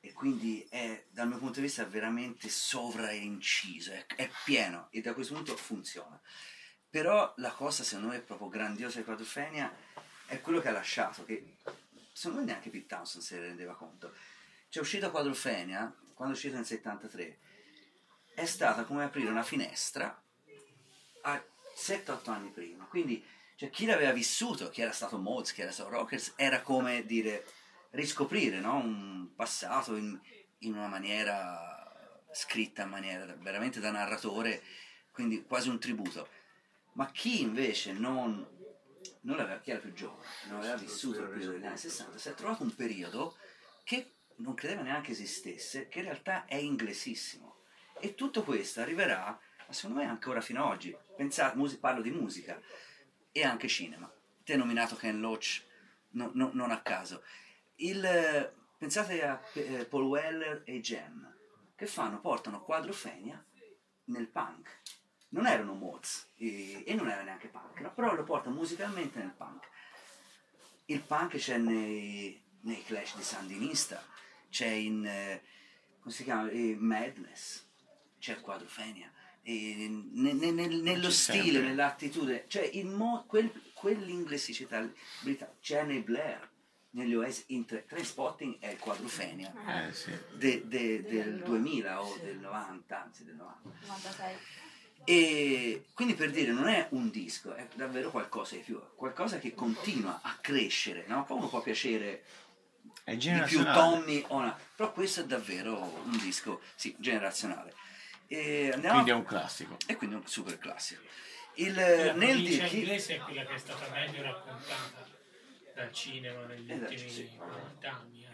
e quindi è, dal mio punto di vista, veramente sovrainciso, è pieno, e da questo punto funziona. Però la cosa secondo me proprio grandiosa di Quadrophenia è quello che ha lasciato, che secondo me neanche Pete Townshend se ne rendeva conto. Cioè, uscita Quadrophenia, quando è uscita nel 73, è stata come aprire una finestra a 7-8 anni prima. Quindi, cioè, chi l'aveva vissuto, chi era stato Mods, chi era stato Rockers, era come dire, riscoprire, no? Un passato in una maniera scritta, in maniera veramente da narratore, quindi quasi un tributo. Ma chi invece non l'aveva, chi era più giovane, non aveva vissuto il periodo degli anni 60, si è trovato un periodo che non credeva neanche esistesse, che in realtà è inglesissimo. E tutto questo arriverà, secondo me, ancora fino ad oggi. Pensate, parlo di musica e anche cinema. Te hai nominato Ken Loach non a caso. Pensate a Paul Weller e Jem, che portano Quadrophenia nel punk. Non erano Mods e non era neanche punk, no? Però lo porta musicalmente nel punk. Il punk c'è nei Clash di Sandinista, c'è in come si chiama? Madness, c'è Quadrophenia, nello stile, sempre, nell'attitudine, cioè quell'inglesicità c'è nei Blair, negli Oasis, in Trainspotting è Quadrophenia sì. del 2000 o del 90, anzi del 96. E quindi, per dire, non è un disco, è davvero qualcosa di più, qualcosa che continua a crescere, no? Poi uno può piacere di più Tommy o no, però questo è davvero un disco, sì, generazionale. Quindi è un classico. E quindi è un super classico. La provincia inglese è quella che è stata meglio raccontata dal cinema negli ultimi 40 anni.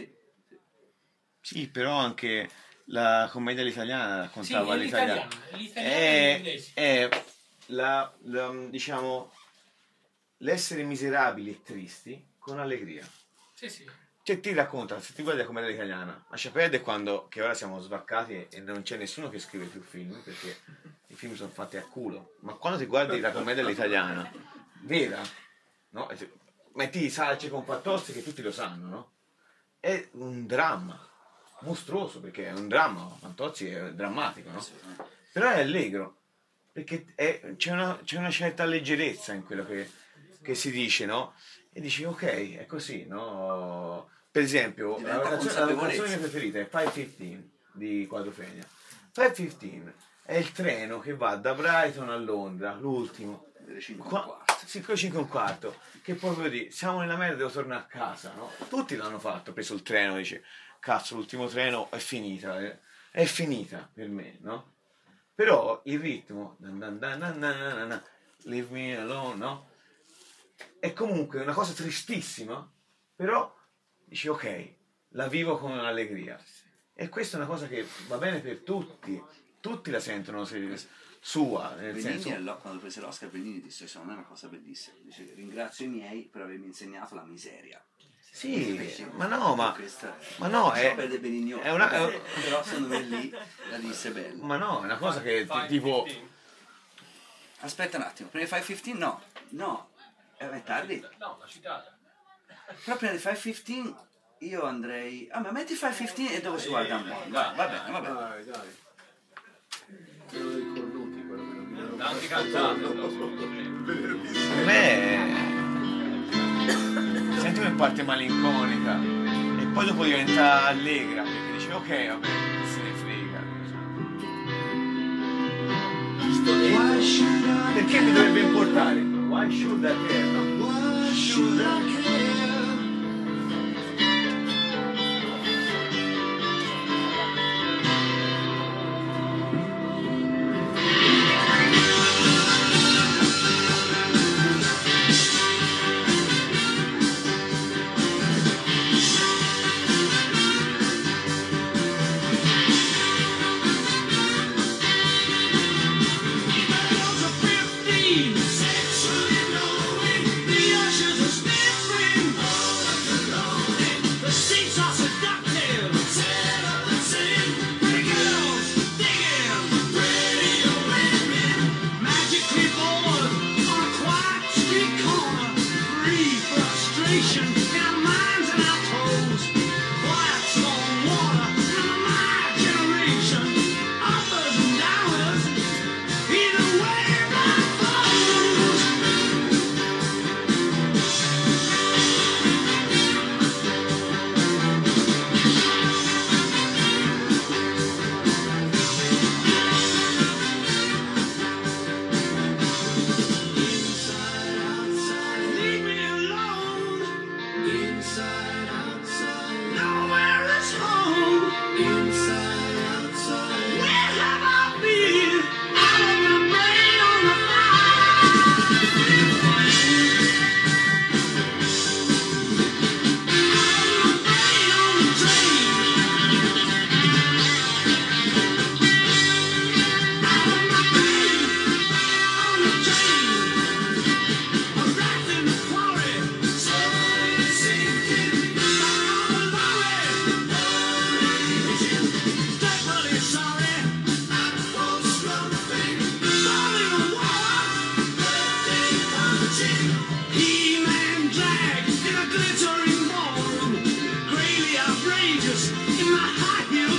Sì, però anche la commedia all'italiana raccontava l'italiano. È diciamo, l'essere miserabili e tristi con allegria. Sì. Cioè, ti racconta, se ti guardi la commedia all'italiana, lascia perdere quando, che ora siamo svaccati e non c'è nessuno che scrive più film, perché i film sono fatti a culo, ma quando ti guardi la commedia all'italiana vera, no? Metti i Salce con Fantozzi, che tutti lo sanno, no? È un dramma mostruoso, perché è un dramma, Fantozzi è drammatico, no? Però è allegro, perché c'è una certa leggerezza in quello che si dice, no? E dici, ok, è così, no? Per esempio, la canzone mia preferita è 515 di Quadrophenia. 515 è il treno che va da Brighton a Londra, l'ultimo. Delle 5:15. Sì, quello 5:15, che proprio di siamo nella merda, devo tornare a casa, no? Tutti l'hanno fatto, preso il treno, dice, cazzo, l'ultimo treno è finita per me, no? Però il ritmo, leave me alone, no? È comunque una cosa tristissima, però dici, ok, la vivo con un'allegria. E questa è una cosa che va bene per tutti la sentono sua, nel Benigni, senso... quando prese l'Oscar, Benigni disse, secondo me è una cosa bellissima, dice, ringrazio i miei per avermi insegnato la miseria. Sì, ma no, è una però secondo me lì la disse bella. Ma no, è una cosa che tipo... Aspetta un attimo, prima di 515 no, è tardi. No, l'ho citata. Però prima di 515 io andrei... Ah, ma metti 515 e dove si guarda un po'? Va bene. Dai. Quello dei cornuti, quello che non Tanti cantanti. Per me senti una parte malinconica e poi dopo diventa allegra, perché dici ok, vabbè, se ne frega. Perché mi dovrebbe importare? Why should I care? Why should I care? Sexually lonely, the ashes are still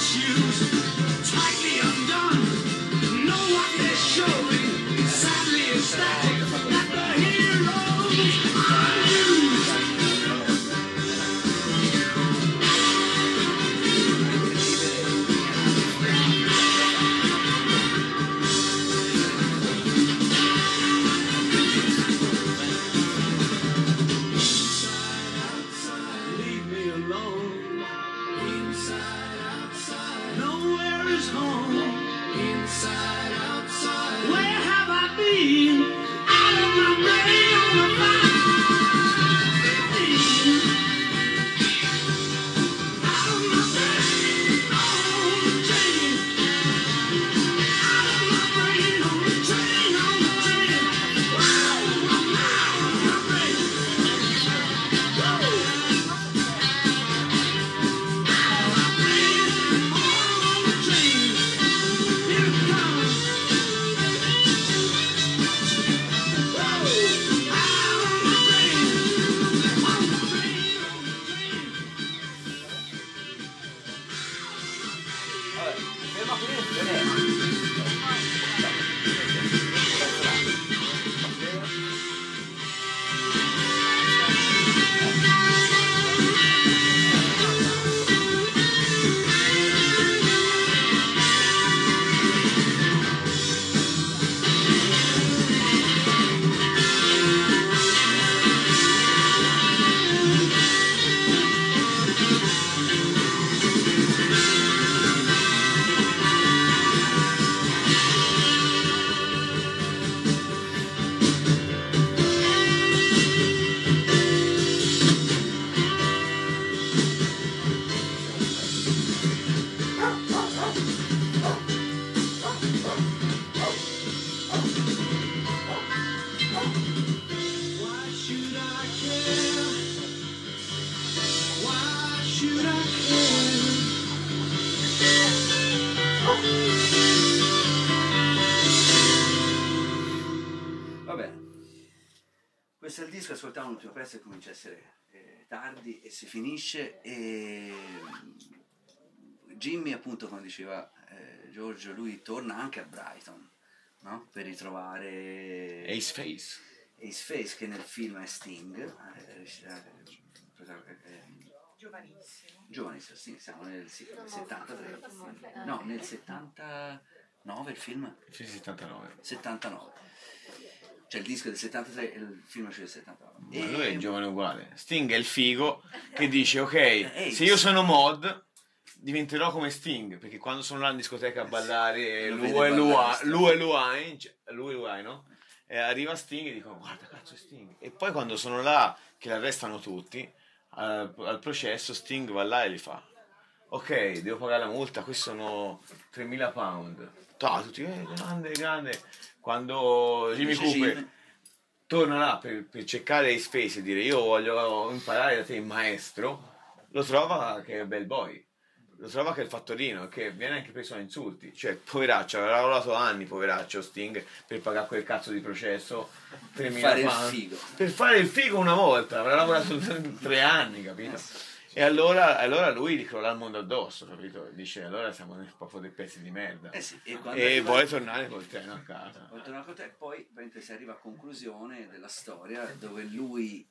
shoes tightly undone. No one is showing, sadly ecstatic that the heroes are you. Leave me alone. Inside, outside, nowhere is home. Inside, outside, where have I been? Out of my brain on a fire. Out of my brain on the train. Out of my brain on the train, on the train. Wow, I'm out of my brain. Whoa. Vabbè, ferma qui, Venema. Why should I care? Why should I care? Va bene. Questo è il disco, ascoltiamo l'ultimo pezzo e comincia a essere tardi e si finisce. E Jimmy, appunto, come diceva Giorgio, lui torna anche a Brighton, no? Per ritrovare Ace Face. Ace Face, che nel film è Sting. Giovanissimo, sì, siamo nel 73. No, nel 79 il film? Sì, 79. 79. Cioè il disco del 73 e il film c'è del 79. Ma lui è giovane uguale. Sting è il figo che dice ok, se io sono mod diventerò come Sting, perché quando sono là in discoteca a ballare lui, no? E arriva Sting e dicono guarda cazzo è Sting. E poi quando sono là che l'arrestano tutti al processo, Sting va là e gli fa ok, devo pagare la multa, questi sono 3.000 pound. Tutti grande. Quando Jimmy Cooper torna là per cercare Ace Face e dire io voglio imparare da te maestro, lo trova che è bel boy, lo trova che è il fattorino, che viene anche preso a insulti, cioè poveraccio, aveva lavorato anni poveraccio Sting per pagare quel cazzo di processo, 3.000 pound per fare il figo una volta, avrà lavorato 3 anni, capito? E allora lui gli crolla il mondo addosso, capito? Dice allora siamo proprio dei pezzi di merda. E vuole tornare col treno a casa. Vuole tornare col treno, poi si arriva a conclusione della storia dove lui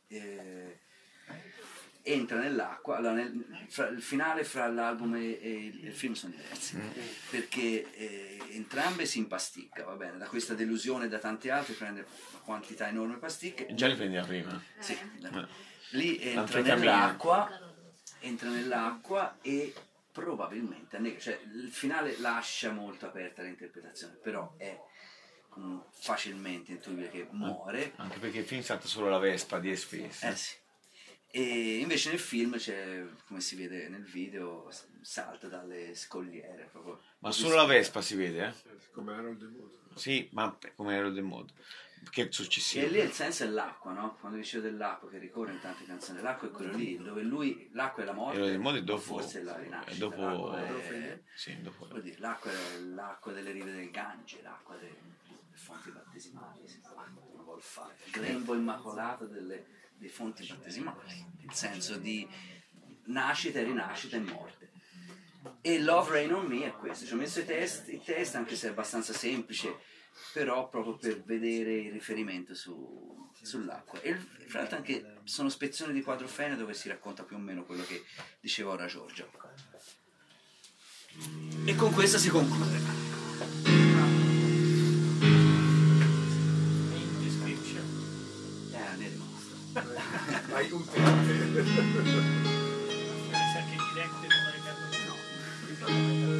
entra nell'acqua. Allora, il finale fra l'album e il film sono diversi, perché entrambe si impasticca, va bene, da questa delusione e da tanti altri prende una quantità enorme di pasticche. Già li prendeva prima. Sì, lì entra nell'acqua e probabilmente, cioè il finale lascia molto aperta l'interpretazione, però è facilmente intuibile che muore. Anche perché il film salta solo la Vespa di Ace Face. Sì. E invece nel film c'è, come si vede nel video, salta dalle scogliere proprio. Ma solo la Vespa si vede, eh? Come Harold the Mood. Sì, ma come Harold the Mood. Che è successivo. E lì il senso è l'acqua, no? Quando dicevo dell'acqua che ricorre in tante canzoni, l'acqua è quello lì, dove l'acqua è la morte, Harold the Mood è dopo, forse è la rinascita. dopo, sì, dopo. Vuol dire, l'acqua è l'acqua delle rive del Gange, l'acqua delle fonti battesimali, uno vuol fare. Il grembo immacolato dei fonti battesimali, il senso di nascita e rinascita e morte. E Love Rain on Me è questo, ci ho messo i test anche se è abbastanza semplice, però proprio per vedere il riferimento sull'acqua. E fra l'altro anche sono spezzoni di Quadrofene dove si racconta più o meno quello che diceva ora Giorgio. E con questa si conclude. Ne è rimasto. Aiutami. Mi sa che in diretta non hai capito. No.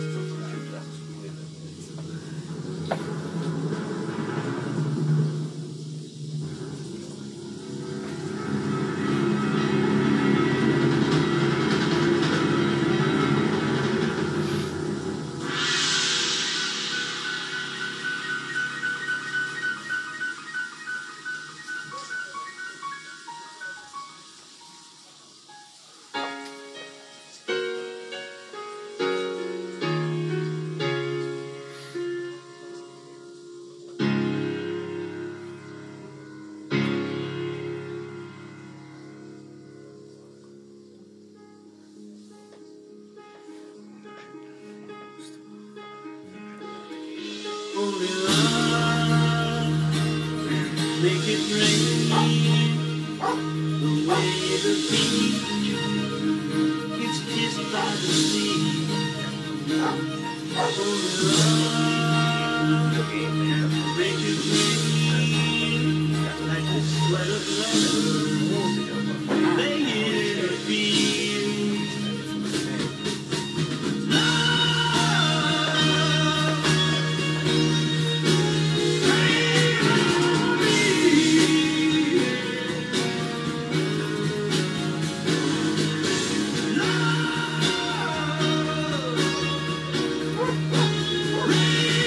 Only love make it rain the way the beach gets kissed by the sea. Only love make it rain like the sweat of love laying in a field. Rain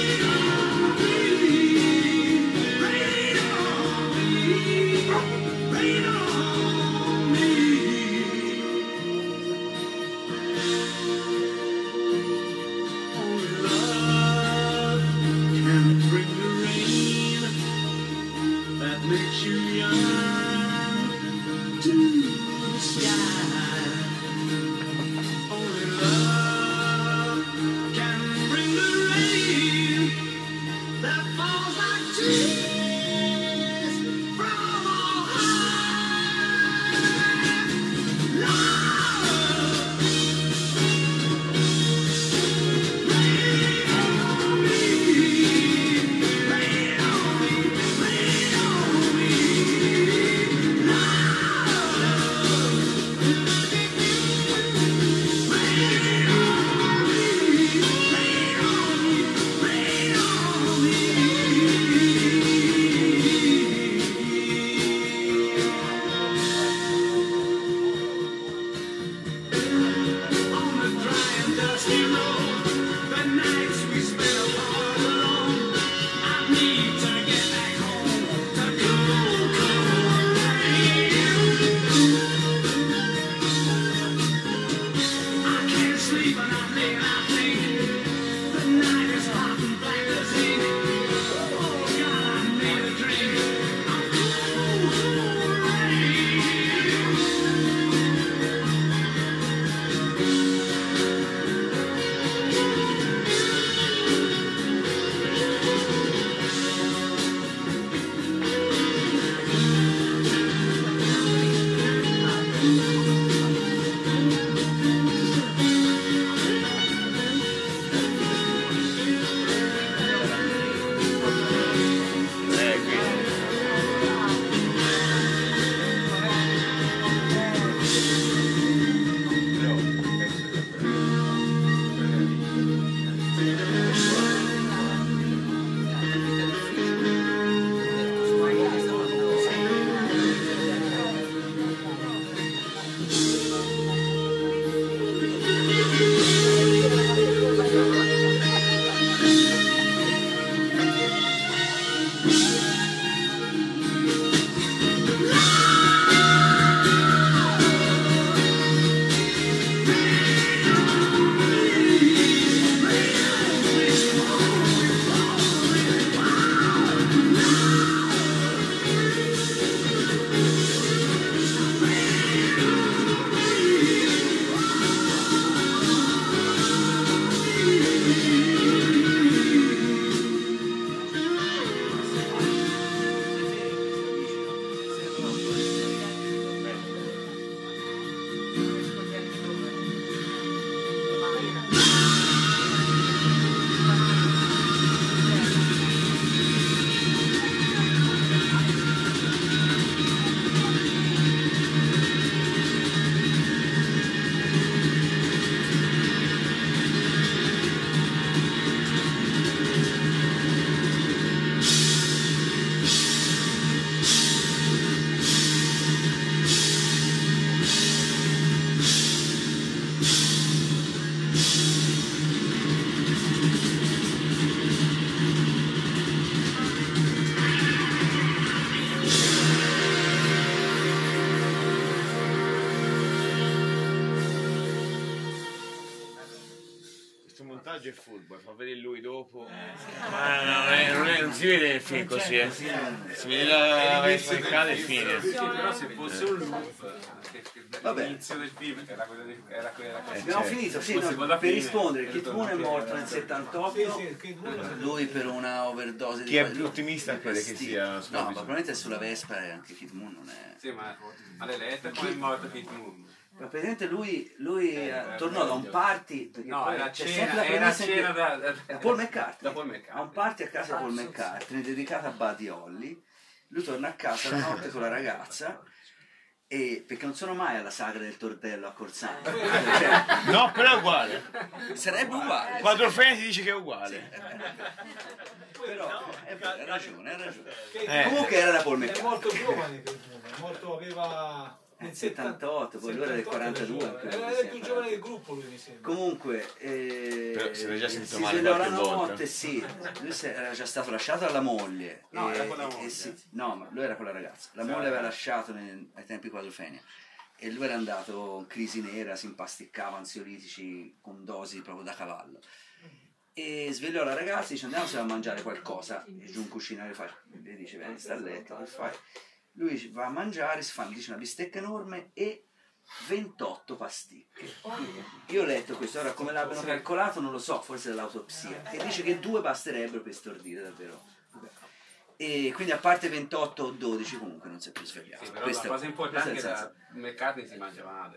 montaggio è furbo, fa vedere lui dopo. Ma non si vede il film così, Si vede la verticale e fine. Sì, però se fosse un loop, l'inizio del film era quella abbiamo finito, sì, per rispondere, Kid Moon è morto nel 78, lui per una overdose di... Chi è più ottimista crede che sia? No, ma probabilmente è sulla Vespa e anche Kid Moon non è... Sì, ma alle lettere come è morto Kid Moon? Ma praticamente lui tornò da un party, perché no, poi era c'è cena, sempre la premessa cena da Paul McCartney. Da Paul McCartney. A un party a casa di Paul McCartney dedicata a Buddy Holly. Lui torna a casa la notte con la ragazza, e perché non sono mai alla sagra del tortello a Corsano. Cioè, no, però è uguale. Sarebbe uguale. Quattro Feni ti dice che è uguale. Però ha ragione. Comunque era da Paul McCartney. È molto giovane, aveva... Nel 78, poi lui era del 42. Era il più giovane del gruppo, lui mi sembra. Comunque, però se l'hai già sentito si male svegliò la qualche volta. notte, sì. Lui era già stato lasciato dalla moglie. No, era con la moglie. No, ma lui era con la ragazza. La moglie aveva lasciato ai tempi Quadrofenia. E lui era andato in crisi nera, si impasticcava ansiolitici con dosi proprio da cavallo. E svegliò la ragazza, dice andiamo a mangiare qualcosa. E giù in cucina le dice vieni, sta a letto, che fai? Lui va a mangiare, si fa dice una bistecca enorme e 28 pasticche. Io ho letto questo, ora come l'abbiano calcolato non lo so, forse dall'autopsia, che dice che 2 basterebbero per stordire davvero. E quindi a parte 28 o 12 comunque non si è più svegliato. Sì, però la cosa importante è che da McCartney si mangia male.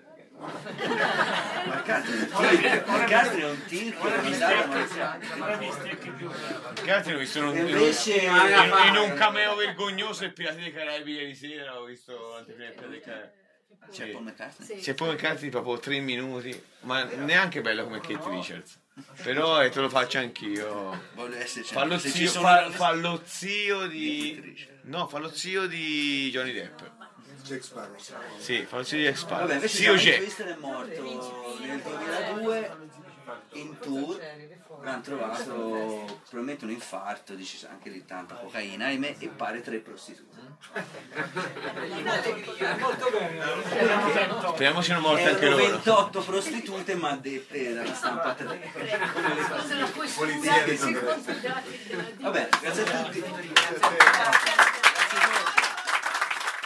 McCartney è un tirchio che l'ho visto in un cameo vergognoso e Pirati dei Caraibi ieri sera, ho visto l'anteprima Pirati dei Caraibi. C'è Paul McCartney? C'è Paul McCartney proprio 3 minuti, ma neanche bello come Kate Richards. Però te lo faccio anch'io. Fa lo zio di... No, fa lo zio di Johnny Depp. Jack Sparrow. Sì, fa lo zio di Jack Sparrow. Vabbè, invece Zio Jack. Twister è morto nel 2002 in tour. Hanno trovato probabilmente un infarto, dice anche lì tanta cocaina, ahimè, e pare 3 prostitute. Molto bene. Speriamo siano morte anche loro. 28 prostitute, ma dette dalla stampa 3. Polizia. Va bene, grazie a tutti.